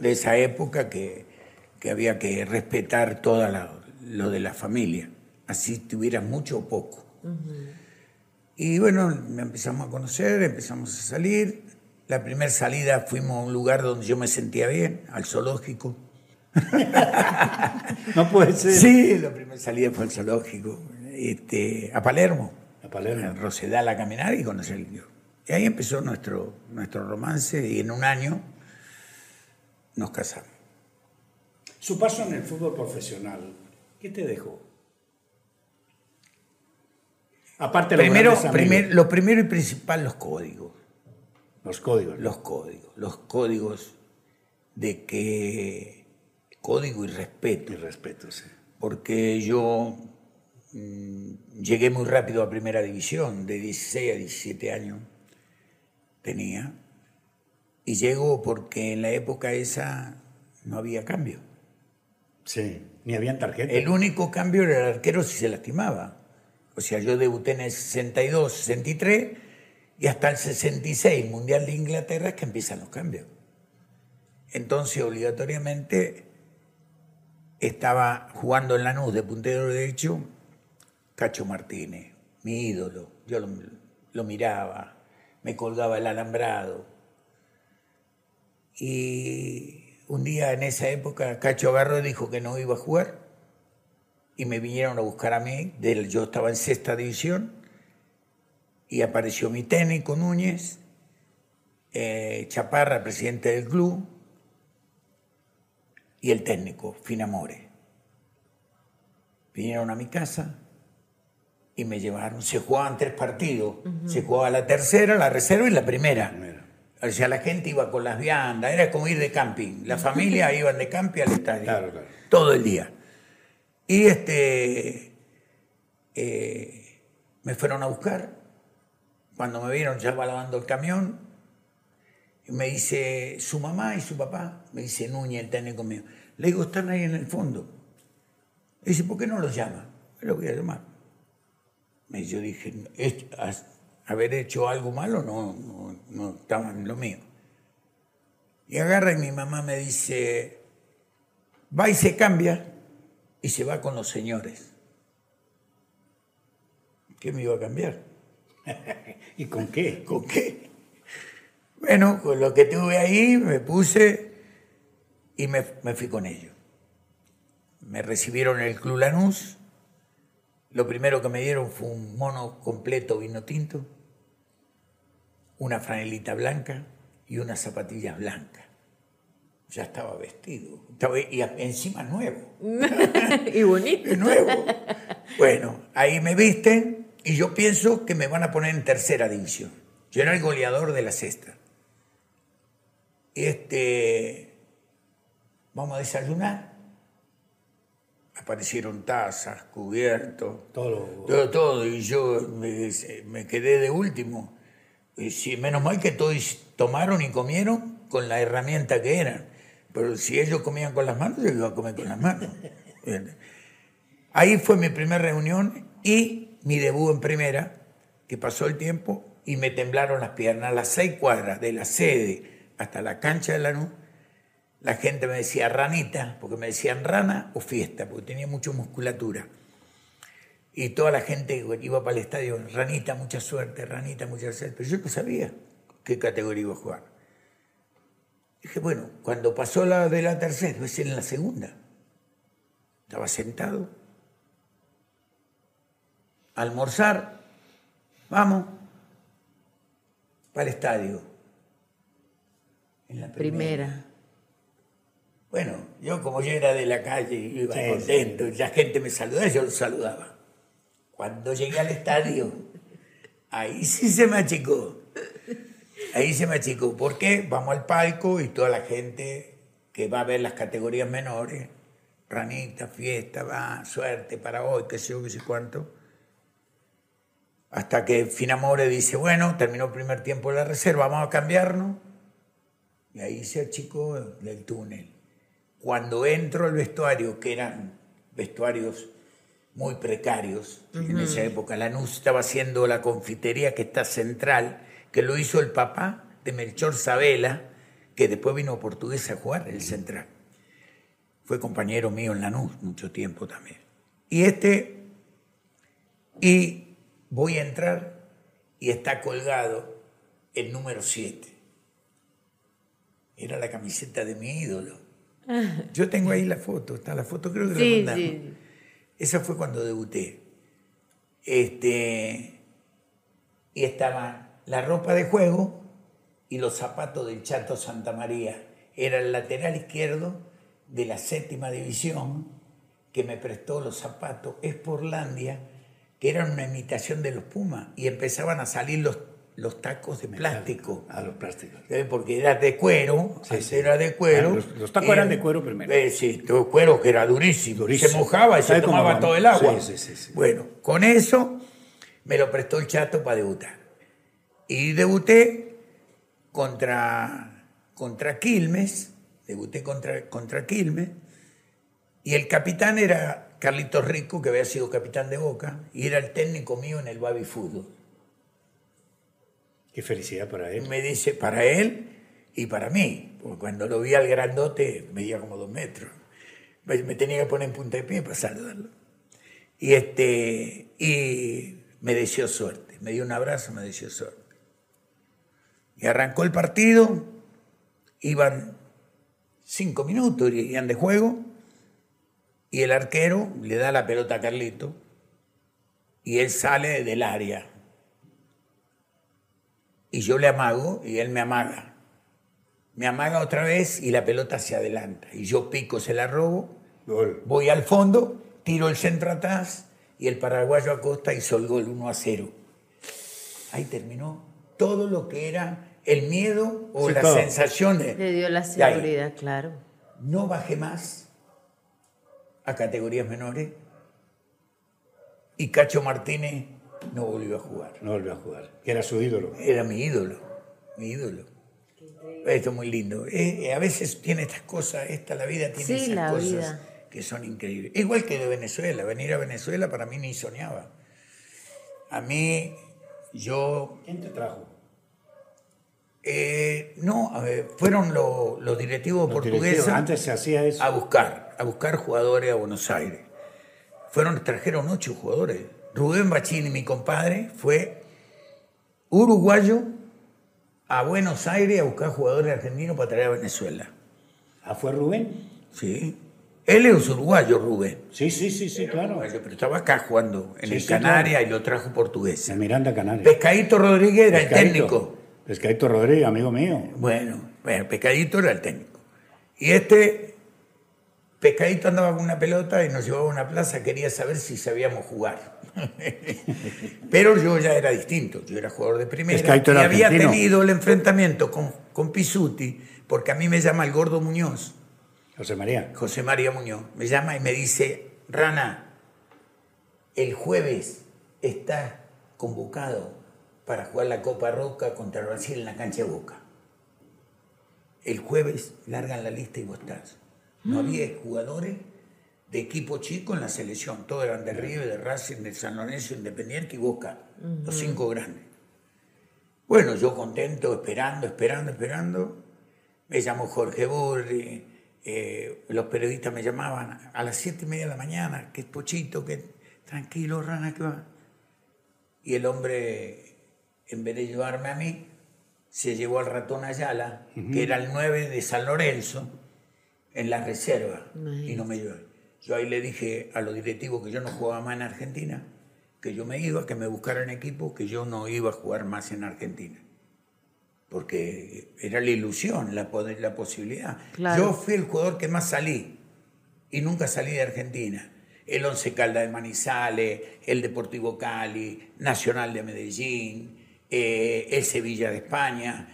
S1: que había que respetar todo lo de la familia, así tuvieras mucho o poco. Y bueno, empezamos a conocer, empezamos a salir. La primera salida fuimos a un lugar donde yo me sentía bien, al zoológico.
S3: No puede ser.
S1: Sí, la primera salida fue al zoológico, a Palermo.
S3: A Palermo.
S1: A Rosedal a caminar y conocer el Dios. Y ahí empezó nuestro romance y en un año nos casamos.
S3: Su paso en el fútbol profesional, ¿qué te dejó? Aparte de
S1: Lo primero y principal, los códigos.
S3: Los códigos.
S1: Los códigos de que... Código y respeto.
S3: Y respeto, sí.
S1: Porque yo llegué muy rápido a primera división, de 16 a 17 años tenía, y llego porque en la época esa no había cambio.
S3: Sí, ni habían tarjeta.
S1: El único cambio era el arquero si se lastimaba. O sea, yo debuté en el 62, 63 y hasta el 66, Mundial de Inglaterra, es que empiezan los cambios. Entonces, obligatoriamente, estaba jugando en Lanús de puntero derecho Cacho Martínez, mi ídolo. Yo lo miraba, me colgaba el alambrado. Y un día en esa época Cacho agarró y dijo que no iba a jugar y me vinieron a buscar a mí. Yo estaba en sexta división y apareció mi técnico Núñez, Chaparra, presidente del club, y el técnico, Finamore. Vinieron a mi casa y me llevaron. Se jugaban 3 partidos. Se jugaba la tercera, la reserva y la primera. O sea, la gente iba con las viandas, era como ir de camping. La familia iban de camping al estadio.
S3: Claro.
S1: Todo el día. Y me fueron a buscar. Cuando me vieron ya va lavando el camión, y me dice su mamá y su papá, me dice Núñez, el técnico mío. Le digo, están ahí en el fondo. Le dice, ¿por qué no los llama? Lo voy a llamar. Y yo dije, haber hecho algo malo no estaba en lo mío. Y agarra y mi mamá me dice, va y se cambia y se va con los señores. ¿Qué me iba a cambiar?
S3: ¿Y con qué?
S1: ¿Con qué? Bueno, con lo que tuve ahí me puse y me fui con ellos. Me recibieron en el Club Lanús. Lo primero que me dieron fue un mono completo vino tinto, una franelita blanca y unas zapatillas blancas. Ya estaba vestido. Y encima nuevo.
S4: Y bonito.
S1: Nuevo. Bueno, ahí me visten y yo pienso que me van a poner en tercera división. Yo era el goleador de la sexta. Vamos a desayunar. Aparecieron tazas, cubiertos, todo. Y yo me quedé de último. Y sí, menos mal que todos tomaron y comieron con la herramienta que eran. Pero si ellos comían con las manos, yo iba a comer con las manos. Ahí fue mi primera reunión y mi debut en primera, que pasó el tiempo y me temblaron las piernas. A las 6 cuadras de la sede hasta la cancha de Lanús, la gente me decía ranita, porque me decían rana o fiesta, porque tenía mucha musculatura. Y toda la gente que iba para el estadio, ranita, mucha suerte, ranita, mucha suerte. Pero yo no sabía qué categoría iba a jugar. Dije, bueno, cuando pasó la de la tercera, es en la segunda. Estaba sentado. A almorzar, vamos, para el estadio. En la primera. Bueno, yo como yo era de la calle, iba contento, la gente me saludaba, yo los saludaba. Cuando llegué al estadio, ahí sí se me achicó. Ahí se me achicó. ¿Por qué? Vamos al palco y toda la gente que va a ver las categorías menores, ranita, fiesta, va, suerte para hoy, qué sé yo, qué sé cuánto. Hasta que Finamore dice, bueno, terminó el primer tiempo de la reserva, vamos a cambiarnos. Y ahí se achicó el túnel. Cuando entro al vestuario, que eran vestuarios muy precarios, en esa época Lanús estaba haciendo la confitería que está central, que lo hizo el papá de Melchor Sabela, que después vino Portuguesa a jugar el central. Fue compañero mío en Lanús mucho tiempo también. Y voy a entrar y está colgado el número 7. Era la camiseta de mi ídolo. Yo tengo ahí la foto, está la foto, creo que la mandamos. Sí. Esa fue cuando debuté. Y estaba la ropa de juego y los zapatos del Chato Santamaría. Era el lateral izquierdo de la 7ª división que me prestó los zapatos Sportlandia, que eran una imitación de los Pumas, y empezaban a salir los tacos de plástico.
S3: Los plásticos.
S1: Porque era de cuero, era de cuero.
S3: Los tacos eran de cuero primero.
S1: Sí, de cuero que era durísimo. Se mojaba y se tomaba todo el agua.
S3: Sí.
S1: Bueno, con eso me lo prestó el Chato para debutar. Y debuté contra Quilmes, contra Quilmes, y el capitán era Carlitos Rico, que había sido capitán de Boca, y era el técnico mío en el Baby Fútbol.
S3: Qué felicidad para él.
S1: Me dice, para él y para mí, porque cuando lo vi al grandote, medía como 2 metros. Me tenía que poner en punta de pie para saludarlo. Y me deseó suerte, me dio un abrazo, me deseó suerte. Y arrancó el partido, iban 5 minutos, iban de juego, y el arquero le da la pelota a Carlito, y él sale del área. Y yo le amago y él me amaga. Me amaga otra vez y la pelota se adelanta. Y yo pico, se la robo, voy al fondo, tiro el centro atrás y el paraguayo Acosta hizo el gol 1-0. Ahí terminó todo lo que era el miedo o la sensación de...
S4: Le dio la seguridad, claro.
S1: No bajé más a categorías menores y Cacho Martínez no volvió a jugar.
S3: No volvió a jugar. Que era su ídolo.
S1: Era mi ídolo. Esto es muy lindo. A veces tiene estas cosas, la vida tiene esas cosas que son increíbles. Igual que de Venezuela. Venir a Venezuela para mí ni soñaba. A mí,
S3: ¿Quién te trajo?
S1: Fueron los directivos portugueses.
S3: Antes se hacía eso.
S1: A buscar jugadores a Buenos Aires. Trajeron 8 jugadores. Rubén Bachini, mi compadre, fue uruguayo a Buenos Aires a buscar jugadores argentinos para traer a Venezuela.
S3: ¿Fue Rubén?
S1: Sí. Él es uruguayo, Rubén.
S3: Sí, claro.
S1: Uruguayo, pero estaba acá jugando en el Canarias, claro. Y lo trajo portugués.
S3: En Miranda, Canarias.
S1: Pescadito Rodríguez era el técnico.
S3: Pescadito Rodríguez, amigo mío.
S1: Bueno, Pescadito era el técnico. Y Pescadito andaba con una pelota y nos llevaba a una plaza, quería saber si sabíamos jugar. Pero yo ya era distinto, yo era jugador de primera y había tenido el enfrentamiento con Pisuti, porque a mí me llama el Gordo Muñoz.
S3: José María
S1: Muñoz. Me llama y me dice, Rana, el jueves está convocado para jugar la Copa Roca contra Brasil en la cancha de Boca. El jueves largan la lista y vos estás. No había jugadores de equipo chico en la selección. Todos eran de River, de Racing, de San Lorenzo, Independiente y Boca. Los 5 grandes. Bueno, yo contento, esperando. Me llamó Jorge Burri. Los periodistas me llamaban a las 7:30 de la mañana. Que es Pochito, que tranquilo, Rana, que va. Y el hombre, en vez de llevarme a mí, se llevó al Ratón Ayala, que era el 9 de San Lorenzo, en la reserva, y no me llevó. Yo ahí le dije a los directivos que yo no jugaba más en Argentina, que yo me iba, que me buscaran equipo, que yo no iba a jugar más en Argentina. porque era la ilusión, la posibilidad.
S4: Claro.
S1: Yo fui el jugador que más salí y nunca salí de Argentina. El Once Caldas de Manizales, el Deportivo Cali, Nacional de Medellín, el Sevilla de España,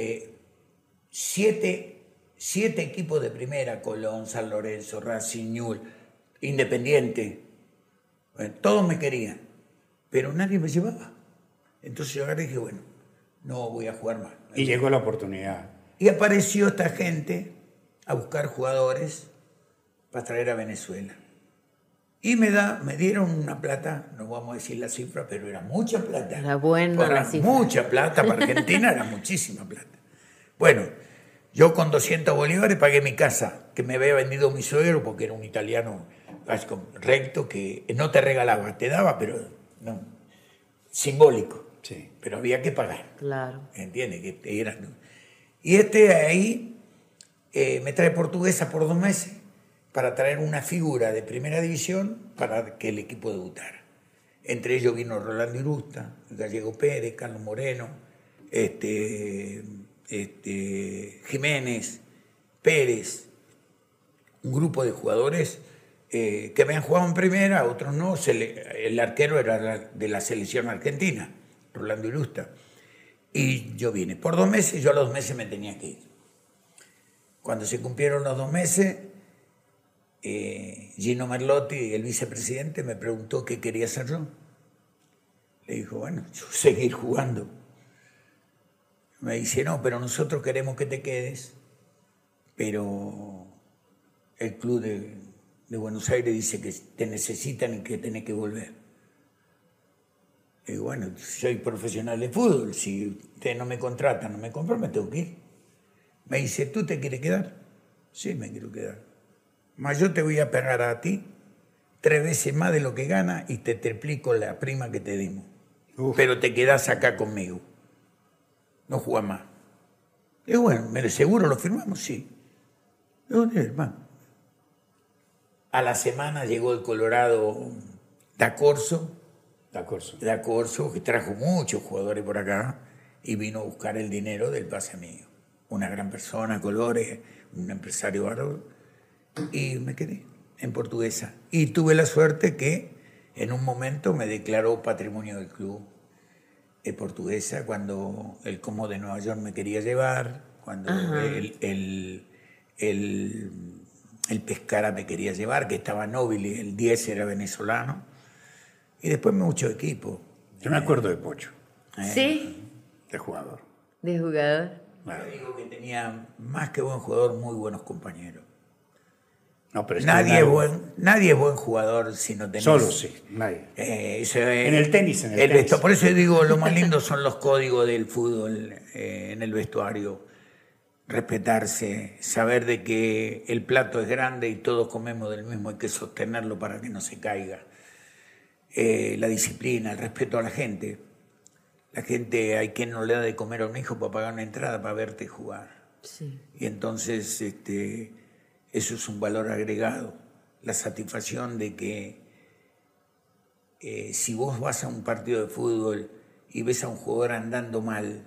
S1: 7 equipos de primera, Colón, San Lorenzo, Racing, Ñul, Independiente. Bueno, todos me querían, pero nadie me llevaba. Entonces yo agarré y dije, bueno, no voy a jugar más.
S3: Y llegó la oportunidad.
S1: Y apareció esta gente a buscar jugadores para traer a Venezuela. Y me dieron una plata, no vamos a decir la cifra, pero era mucha plata.
S4: Era buena la cifra.
S1: Mucha plata, para Argentina era muchísima plata. Bueno, yo con 200 bolívares pagué mi casa, que me había vendido mi suegro, porque era un italiano recto, que no te regalaba, te daba, pero no, simbólico.
S3: Sí.
S1: Pero había que pagar.
S4: Claro.
S1: ¿Entiendes? Y ahí me trae Portuguesa por 2 meses para traer una figura de primera división para que el equipo debutara. Entre ellos vino Rolando Irusta, Gallego Pérez, Carlos Moreno, Jiménez, Pérez, un grupo de jugadores que habían jugado en primera, otros no. El arquero era de la selección argentina, Rolando Irusta. Y yo vine. Por 2 meses, yo a los 2 meses me tenía que ir. Cuando se cumplieron los 2 meses, Gino Merlotti, el vicepresidente, me preguntó qué quería hacer yo. Le dijo, bueno, yo seguir jugando. Me dice, no, pero nosotros queremos que te quedes, pero el club de Buenos Aires dice que te necesitan y que tenés que volver. Le digo, bueno, soy profesional de fútbol, si ustedes no me contratan, no me compran, me tengo que ir. Me dice, ¿tú te quieres quedar? Sí, me quiero quedar. Más yo te voy a pagar a ti 3 veces más de lo que gana y te triplico la prima que te dimos.
S3: Uf.
S1: Pero te quedás acá conmigo. No jugás más. Y bueno, ¿seguro lo firmamos? Sí. Hermano. A la semana llegó el Colorado Da Corso, que trajo muchos jugadores por acá y vino a buscar el dinero del pase mío. Una gran persona, Colores, un empresario bárbaro. Y me quedé en Portuguesa. Y tuve la suerte que en un momento me declaró patrimonio del club Portuguesa, cuando el Como de Nueva York me quería llevar, cuando el Pescara me quería llevar, que estaba Nobili, el 10 era venezolano. Y después mucho equipo.
S3: Yo me acuerdo de Pocho,
S4: Sí,
S3: de jugador.
S4: de jugador.
S3: Bueno,
S1: Yo digo que tenía más que buen jugador, muy buenos compañeros.
S3: no, pero es que
S1: Nadie es buen jugador si no tenés...
S3: Solo sí, nadie.
S1: En
S3: el tenis, tenis.
S1: Por eso digo, lo más lindo son los códigos del fútbol en el vestuario. Respetarse, saber de que el plato es grande y todos comemos del mismo, hay que sostenerlo para que no se caiga. La disciplina, el respeto a la gente. La gente, hay quien no le da de comer a un hijo para pagar una entrada para verte jugar.
S4: Sí.
S1: Y entonces eso es un valor agregado. La satisfacción de que si vos vas a un partido de fútbol y ves a un jugador andando mal,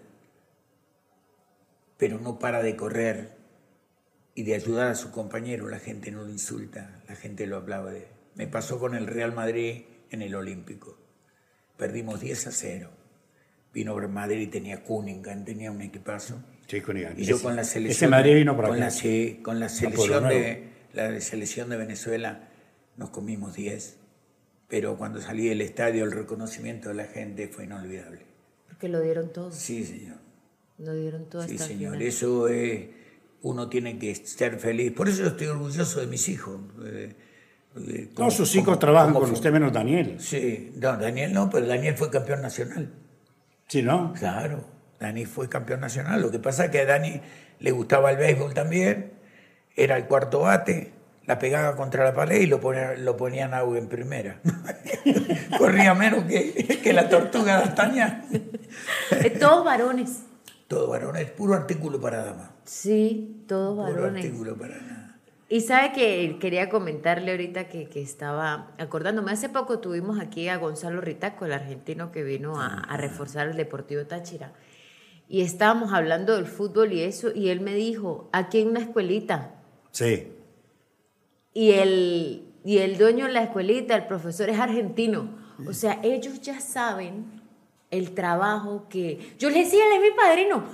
S1: pero no para de correr y de ayudar a su compañero, la gente no lo insulta, la gente lo aplaude. Me pasó con el Real Madrid en el Olímpico. Perdimos 10-0. Vino Madrid y tenía Cunningham, tenía un equipazo.
S3: Sí, Cunningham.
S1: Y yo con la selección...
S3: Ese Madrid vino para
S1: con
S3: acá.
S1: con la selección de Venezuela nos comimos 10. Pero cuando salí del estadio, el reconocimiento de la gente fue inolvidable.
S4: Porque lo dieron todo.
S1: Sí, señor.
S4: Lo dieron todo
S1: Sí,
S4: hasta el
S1: señor.
S4: final.
S1: Eso es... Uno tiene que ser feliz. Por eso yo estoy orgulloso de mis hijos.
S3: Todos sus hijos trabajan con
S1: fue?
S3: usted, menos Daniel.
S1: Sí. No, Daniel no, pero Daniel fue campeón nacional.
S3: Sí, ¿no?
S1: Claro, Dani fue campeón nacional. Lo que pasa es que a Dani le gustaba el béisbol también, era el cuarto bate, la pegaba contra la pared y lo ponían agua en primera. Corría menos que la tortuga de Astaña.
S4: Todos varones.
S1: Todo varones, puro artículo para dama.
S4: Sí, todos
S1: Puro
S4: varones.
S1: artículo para nada.
S4: Y sabe que quería comentarle ahorita que estaba acordándome, hace poco tuvimos aquí a Gonzalo Ritaco, el argentino que vino a reforzar el Deportivo Táchira. y estábamos hablando del fútbol y eso, y él me dijo, aquí hay una escuelita.
S3: Sí.
S4: Y el dueño de la escuelita, el profesor, es argentino. O sea, ellos ya saben el trabajo que... Yo les decía, él es mi padrino.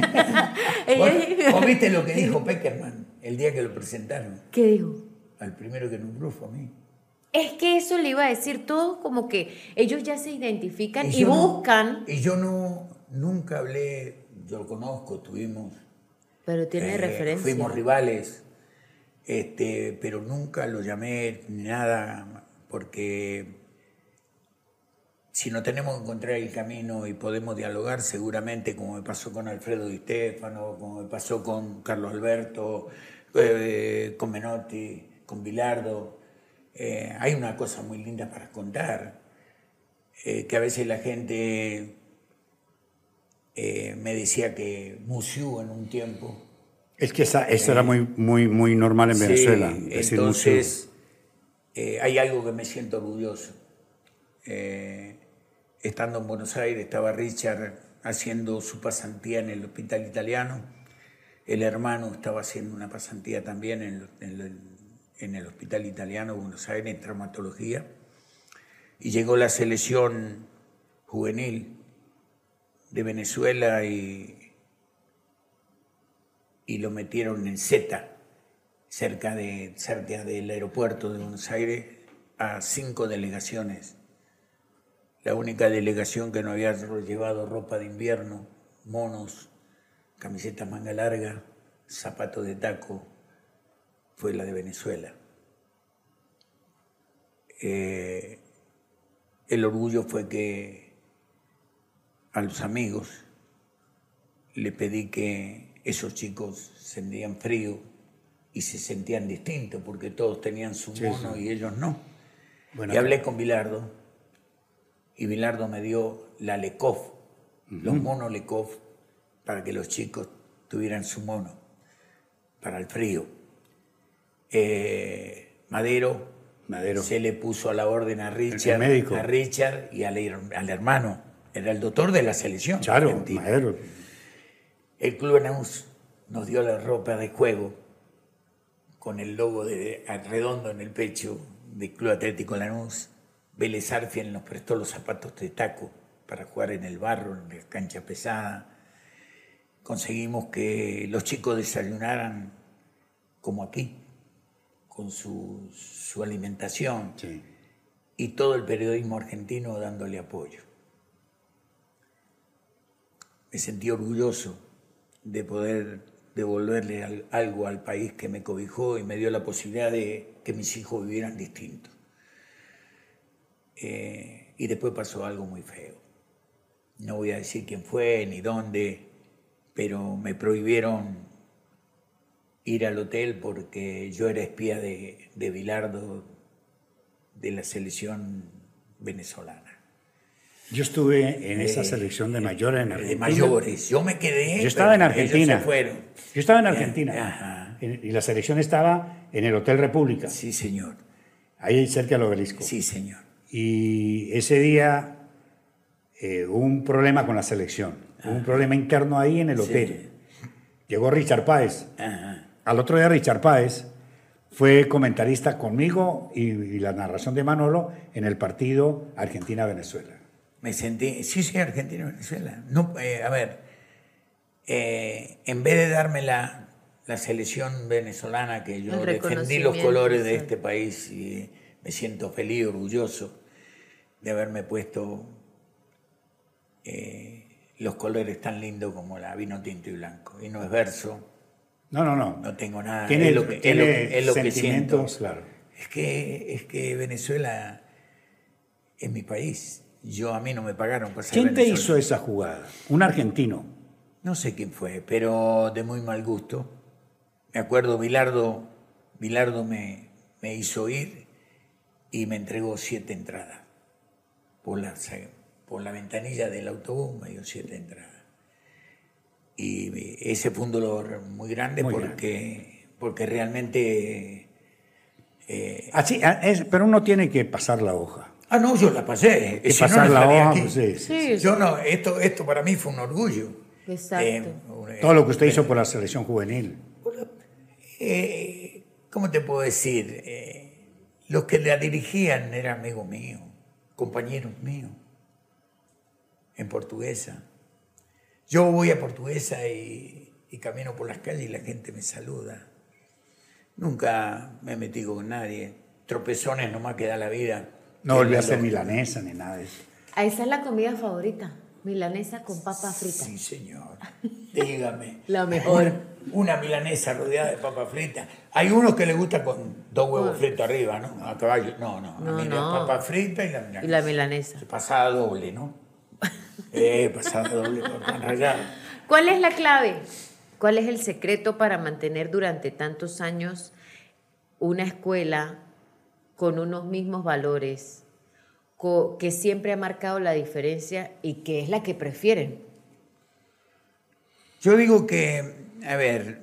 S1: ¿Vos viste lo que dijo Peckerman el día que lo presentaron?
S4: ¿Qué dijo?
S1: Al primero que nombró fue a mí.
S4: Es que eso le iba a decir todo, como que ellos ya se identifican y
S1: yo
S4: buscan...
S1: Y yo nunca hablé, yo lo conozco, tuvimos...
S4: Pero tiene referencia.
S1: Fuimos rivales, pero nunca lo llamé ni nada, porque si no tenemos que encontrar el camino y podemos dialogar, seguramente, como me pasó con Alfredo Di Stéfano, como me pasó con Carlos Alberto, con Menotti, con Bilardo, hay una cosa muy linda para contar, que a veces la gente me decía que Musiu en un tiempo...
S3: Es que eso era muy normal en Venezuela.
S1: Sí,
S3: decir
S1: entonces hay algo que me siento orgulloso. Estando en Buenos Aires estaba Richard haciendo su pasantía en el hospital italiano. El hermano estaba haciendo una pasantía también en el hospital italiano de Buenos Aires en traumatología. Y llegó la selección juvenil de Venezuela y lo metieron en Zeta, cerca del aeropuerto de Buenos Aires, a 5 delegaciones. La única delegación que no había llevado ropa de invierno, monos, camisetas manga larga, zapatos de taco, fue la de Venezuela. El orgullo fue que a los amigos le pedí que esos chicos sentían frío y se sentían distintos porque todos tenían su mono y ellos no. Bueno, y hablé con Bilardo y Bilardo me dio la Lekov, los monos Lekov, para que los chicos tuvieran su mono para el frío. Madero se le puso a la orden a Richard, y al hermano, era el doctor de la selección.
S3: Claro,
S1: argentina.
S3: Madero.
S1: El Club Lanús nos dio la ropa de juego con el logo redondo en el pecho del Club Atlético Lanús. Vélez Arfiel nos prestó los zapatos de taco para jugar en el barro, en la cancha pesada. Conseguimos que los chicos desayunaran como aquí, con su alimentación, y todo el periodismo argentino dándole apoyo. Me sentí orgulloso de poder devolverle algo al país que me cobijó y me dio la posibilidad de que mis hijos vivieran distintos. Y después pasó algo muy feo. No voy a decir quién fue ni dónde, pero me prohibieron ir al hotel porque yo era espía de Bilardo, de la selección venezolana.
S3: Yo estuve en esa selección de mayores en Argentina.
S1: De mayores. Yo me quedé.
S3: Yo estaba en Argentina.
S1: Ellos se fueron.
S3: Yo estaba en Argentina. Y la selección estaba en el Hotel República.
S1: Sí, señor.
S3: Ahí cerca del Obelisco.
S1: Sí, señor.
S3: Y ese día hubo un problema con la selección. Hubo un problema interno ahí en el hotel. Sí. Llegó Richard Páez. Al otro día Richard Páez fue comentarista conmigo y la narración de Manolo en el partido Argentina-Venezuela.
S1: Me sentí, sí, Argentina-Venezuela. No, a ver, en vez de darme la selección venezolana, que yo defendí los colores de este país y me siento feliz, orgulloso de haberme puesto los colores tan lindos como la vino tinto y blanco. Y no es verso. No. No tengo nada.
S3: Tiene
S1: es lo que siento.
S3: Claro.
S1: Es que Venezuela es mi país. A mí no me pagaron para ser
S3: ¿Quién te
S1: venezolano.
S3: hizo esa jugada? ¿Un argentino?
S1: No sé quién fue, pero de muy mal gusto. Me acuerdo, Bilardo me hizo ir y me entregó 7 entradas. Por la ventanilla del autobús me dio 7 entradas. Y ese fue un dolor muy grande porque realmente...
S3: pero uno tiene que pasar la hoja.
S1: No, yo la pasé.
S3: Pasar la hoja, pues, sí.
S1: Yo no, esto para mí fue un orgullo.
S4: Exacto.
S3: Todo lo que usted hizo por la selección juvenil.
S1: ¿Cómo te puedo decir? Los que la dirigían eran amigos míos, compañeros míos, en Portuguesa. Yo voy a Portuguesa y camino por las calles y la gente me saluda. Nunca me he metido con nadie. Tropezones nomás que da la vida.
S3: No volví a hacer milanesa ni nada de eso.
S4: Esa es la comida favorita, milanesa con papa frita.
S1: Sí, señor. Dígame.
S4: La mejor.
S1: Una milanesa rodeada de papa frita. Hay unos que les gusta con 2 huevos fritos arriba, ¿no? A caballo. No. Papa frita y la milanesa.
S4: Y la milanesa.
S1: Pasada doble, ¿no? Pasada doble con pan rallado.
S4: ¿Cuál es la clave? ¿Cuál es el secreto para mantener durante tantos años una escuela con unos mismos valores, que siempre ha marcado la diferencia y que es la que prefieren?
S1: Yo digo que, a ver,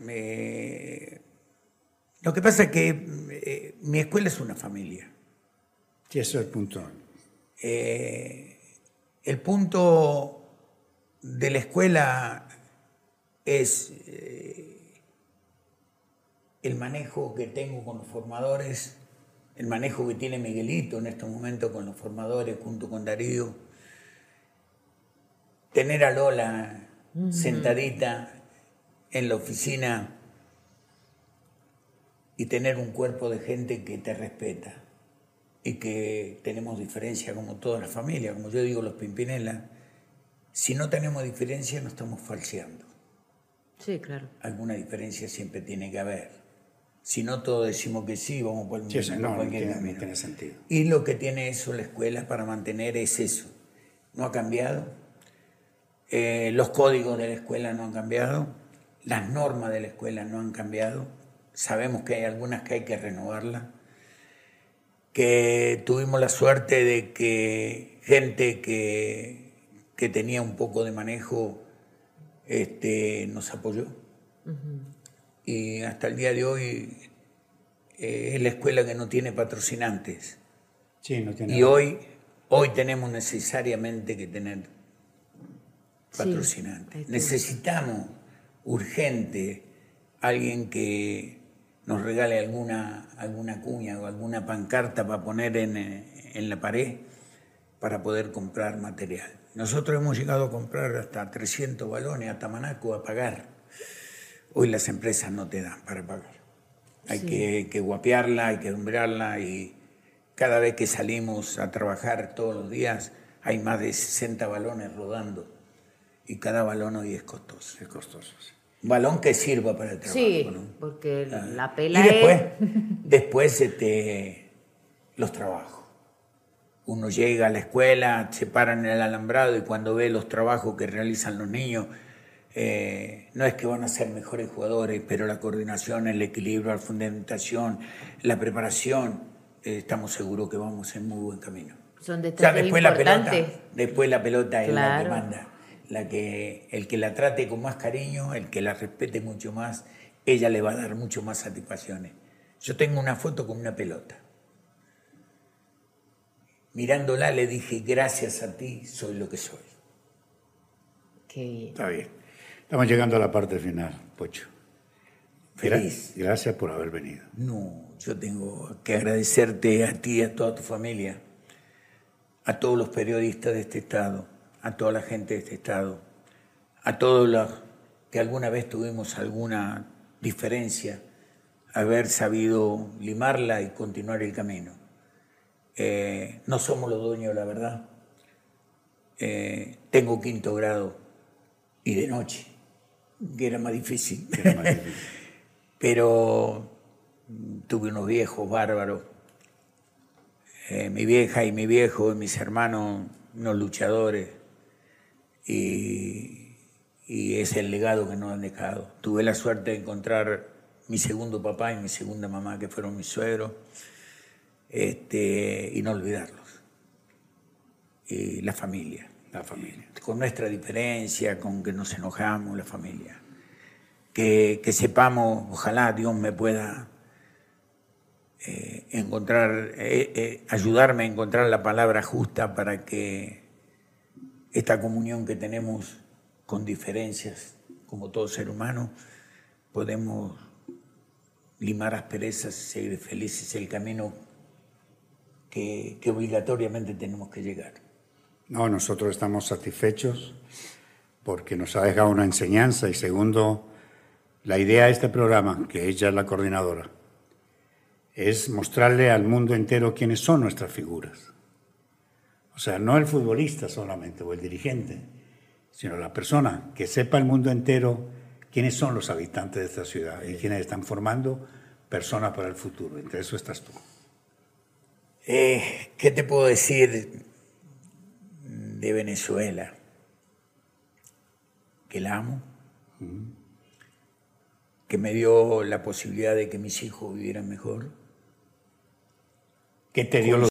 S1: lo que pasa es que mi escuela es una familia.
S3: Sí, eso es el punto.
S1: El punto de la escuela es el manejo que tengo con los formadores, el manejo que tiene Miguelito en estos momentos con los formadores junto con Darío. Tener a Lola sentadita en la oficina y tener un cuerpo de gente que te respeta y que tenemos diferencia como toda la familia, como yo digo los Pimpinela. Si no tenemos diferencia no estamos falseando.
S4: Sí, claro.
S1: Alguna diferencia siempre tiene que haber. Si no todos decimos que sí, vamos por el
S3: Sí, eso no
S1: cualquier camino.
S3: tiene sentido.
S1: Y lo que tiene eso la escuela para mantener es eso. No ha cambiado. Los códigos de la escuela no han cambiado. Las normas de la escuela no han cambiado. Sabemos que hay algunas que hay que renovarlas. Que tuvimos la suerte de que gente que tenía un poco de manejo nos apoyó. Y hasta el día de hoy es la escuela que no tiene patrocinantes.
S3: Sí, no tiene.
S1: Y hoy tenemos necesariamente que tener patrocinantes.
S4: Sí,
S1: Necesitamos urgente alguien que nos regale alguna cuña o alguna pancarta para poner en la pared para poder comprar material. Nosotros hemos llegado a comprar hasta 300 balones a Tamanaco a pagar. Hoy las empresas no te dan para pagar. Hay que guapearla, hay que alumbrarla y cada vez que salimos a trabajar todos los días hay más de 60 balones rodando y cada balón hoy es costoso.
S3: Es costoso, sí.
S1: Un balón que sirva para el trabajo,
S4: Sí,
S1: ¿no?
S4: porque la pela
S1: Y después los trabajos. Uno llega a la escuela, se para en el alambrado y cuando ve los trabajos que realizan los niños, no es que van a ser mejores jugadores, pero la coordinación, el equilibrio, la fundamentación, la preparación, estamos seguros que vamos en muy buen camino.
S4: son detalles importantes.
S1: Después la pelota es la que
S4: Claro.
S1: manda. El que la trate con más cariño, el que la respete mucho más, ella le va a dar mucho más satisfacciones. Yo tengo una foto con una pelota. Mirándola le dije, gracias a ti soy lo que soy.
S4: Qué bien.
S3: Está bien. Estamos llegando a la parte final, Pocho.
S1: Feliz.
S3: Gracias por haber venido.
S1: No, yo tengo que agradecerte a ti y a toda tu familia, a todos los periodistas de este estado, a toda la gente de este estado, a todos los que alguna vez tuvimos alguna diferencia, haber sabido limarla y continuar el camino. No somos los dueños de la verdad. Tengo 5º grado y de noche, que era más difícil. Pero tuve unos viejos bárbaros. Mi vieja y mi viejo y mis hermanos, unos luchadores. Y es el legado que nos han dejado. Tuve la suerte de encontrar mi segundo papá y mi segunda mamá, que fueron mis suegros, y no olvidarlos. Y la familia. Con nuestra diferencia, con que nos enojamos, la familia. Que sepamos, ojalá Dios me pueda ayudarme a encontrar la palabra justa para que esta comunión que tenemos con diferencias, como todo ser humano, podemos limar asperezas, ser felices, el camino que obligatoriamente tenemos que llegar.
S3: No, nosotros estamos satisfechos porque nos ha dejado una enseñanza y segundo, la idea de este programa, que ella es la coordinadora, es mostrarle al mundo entero quiénes son nuestras figuras. O sea, no el futbolista solamente o el dirigente, sino la persona, que sepa el mundo entero quiénes son los habitantes de esta ciudad y quiénes están formando personas para el futuro. Entre eso estás tú.
S1: ¿Qué te puedo decir de Venezuela? Que la amo, que me dio la posibilidad de que mis hijos vivieran mejor.
S3: ¿Qué te dio los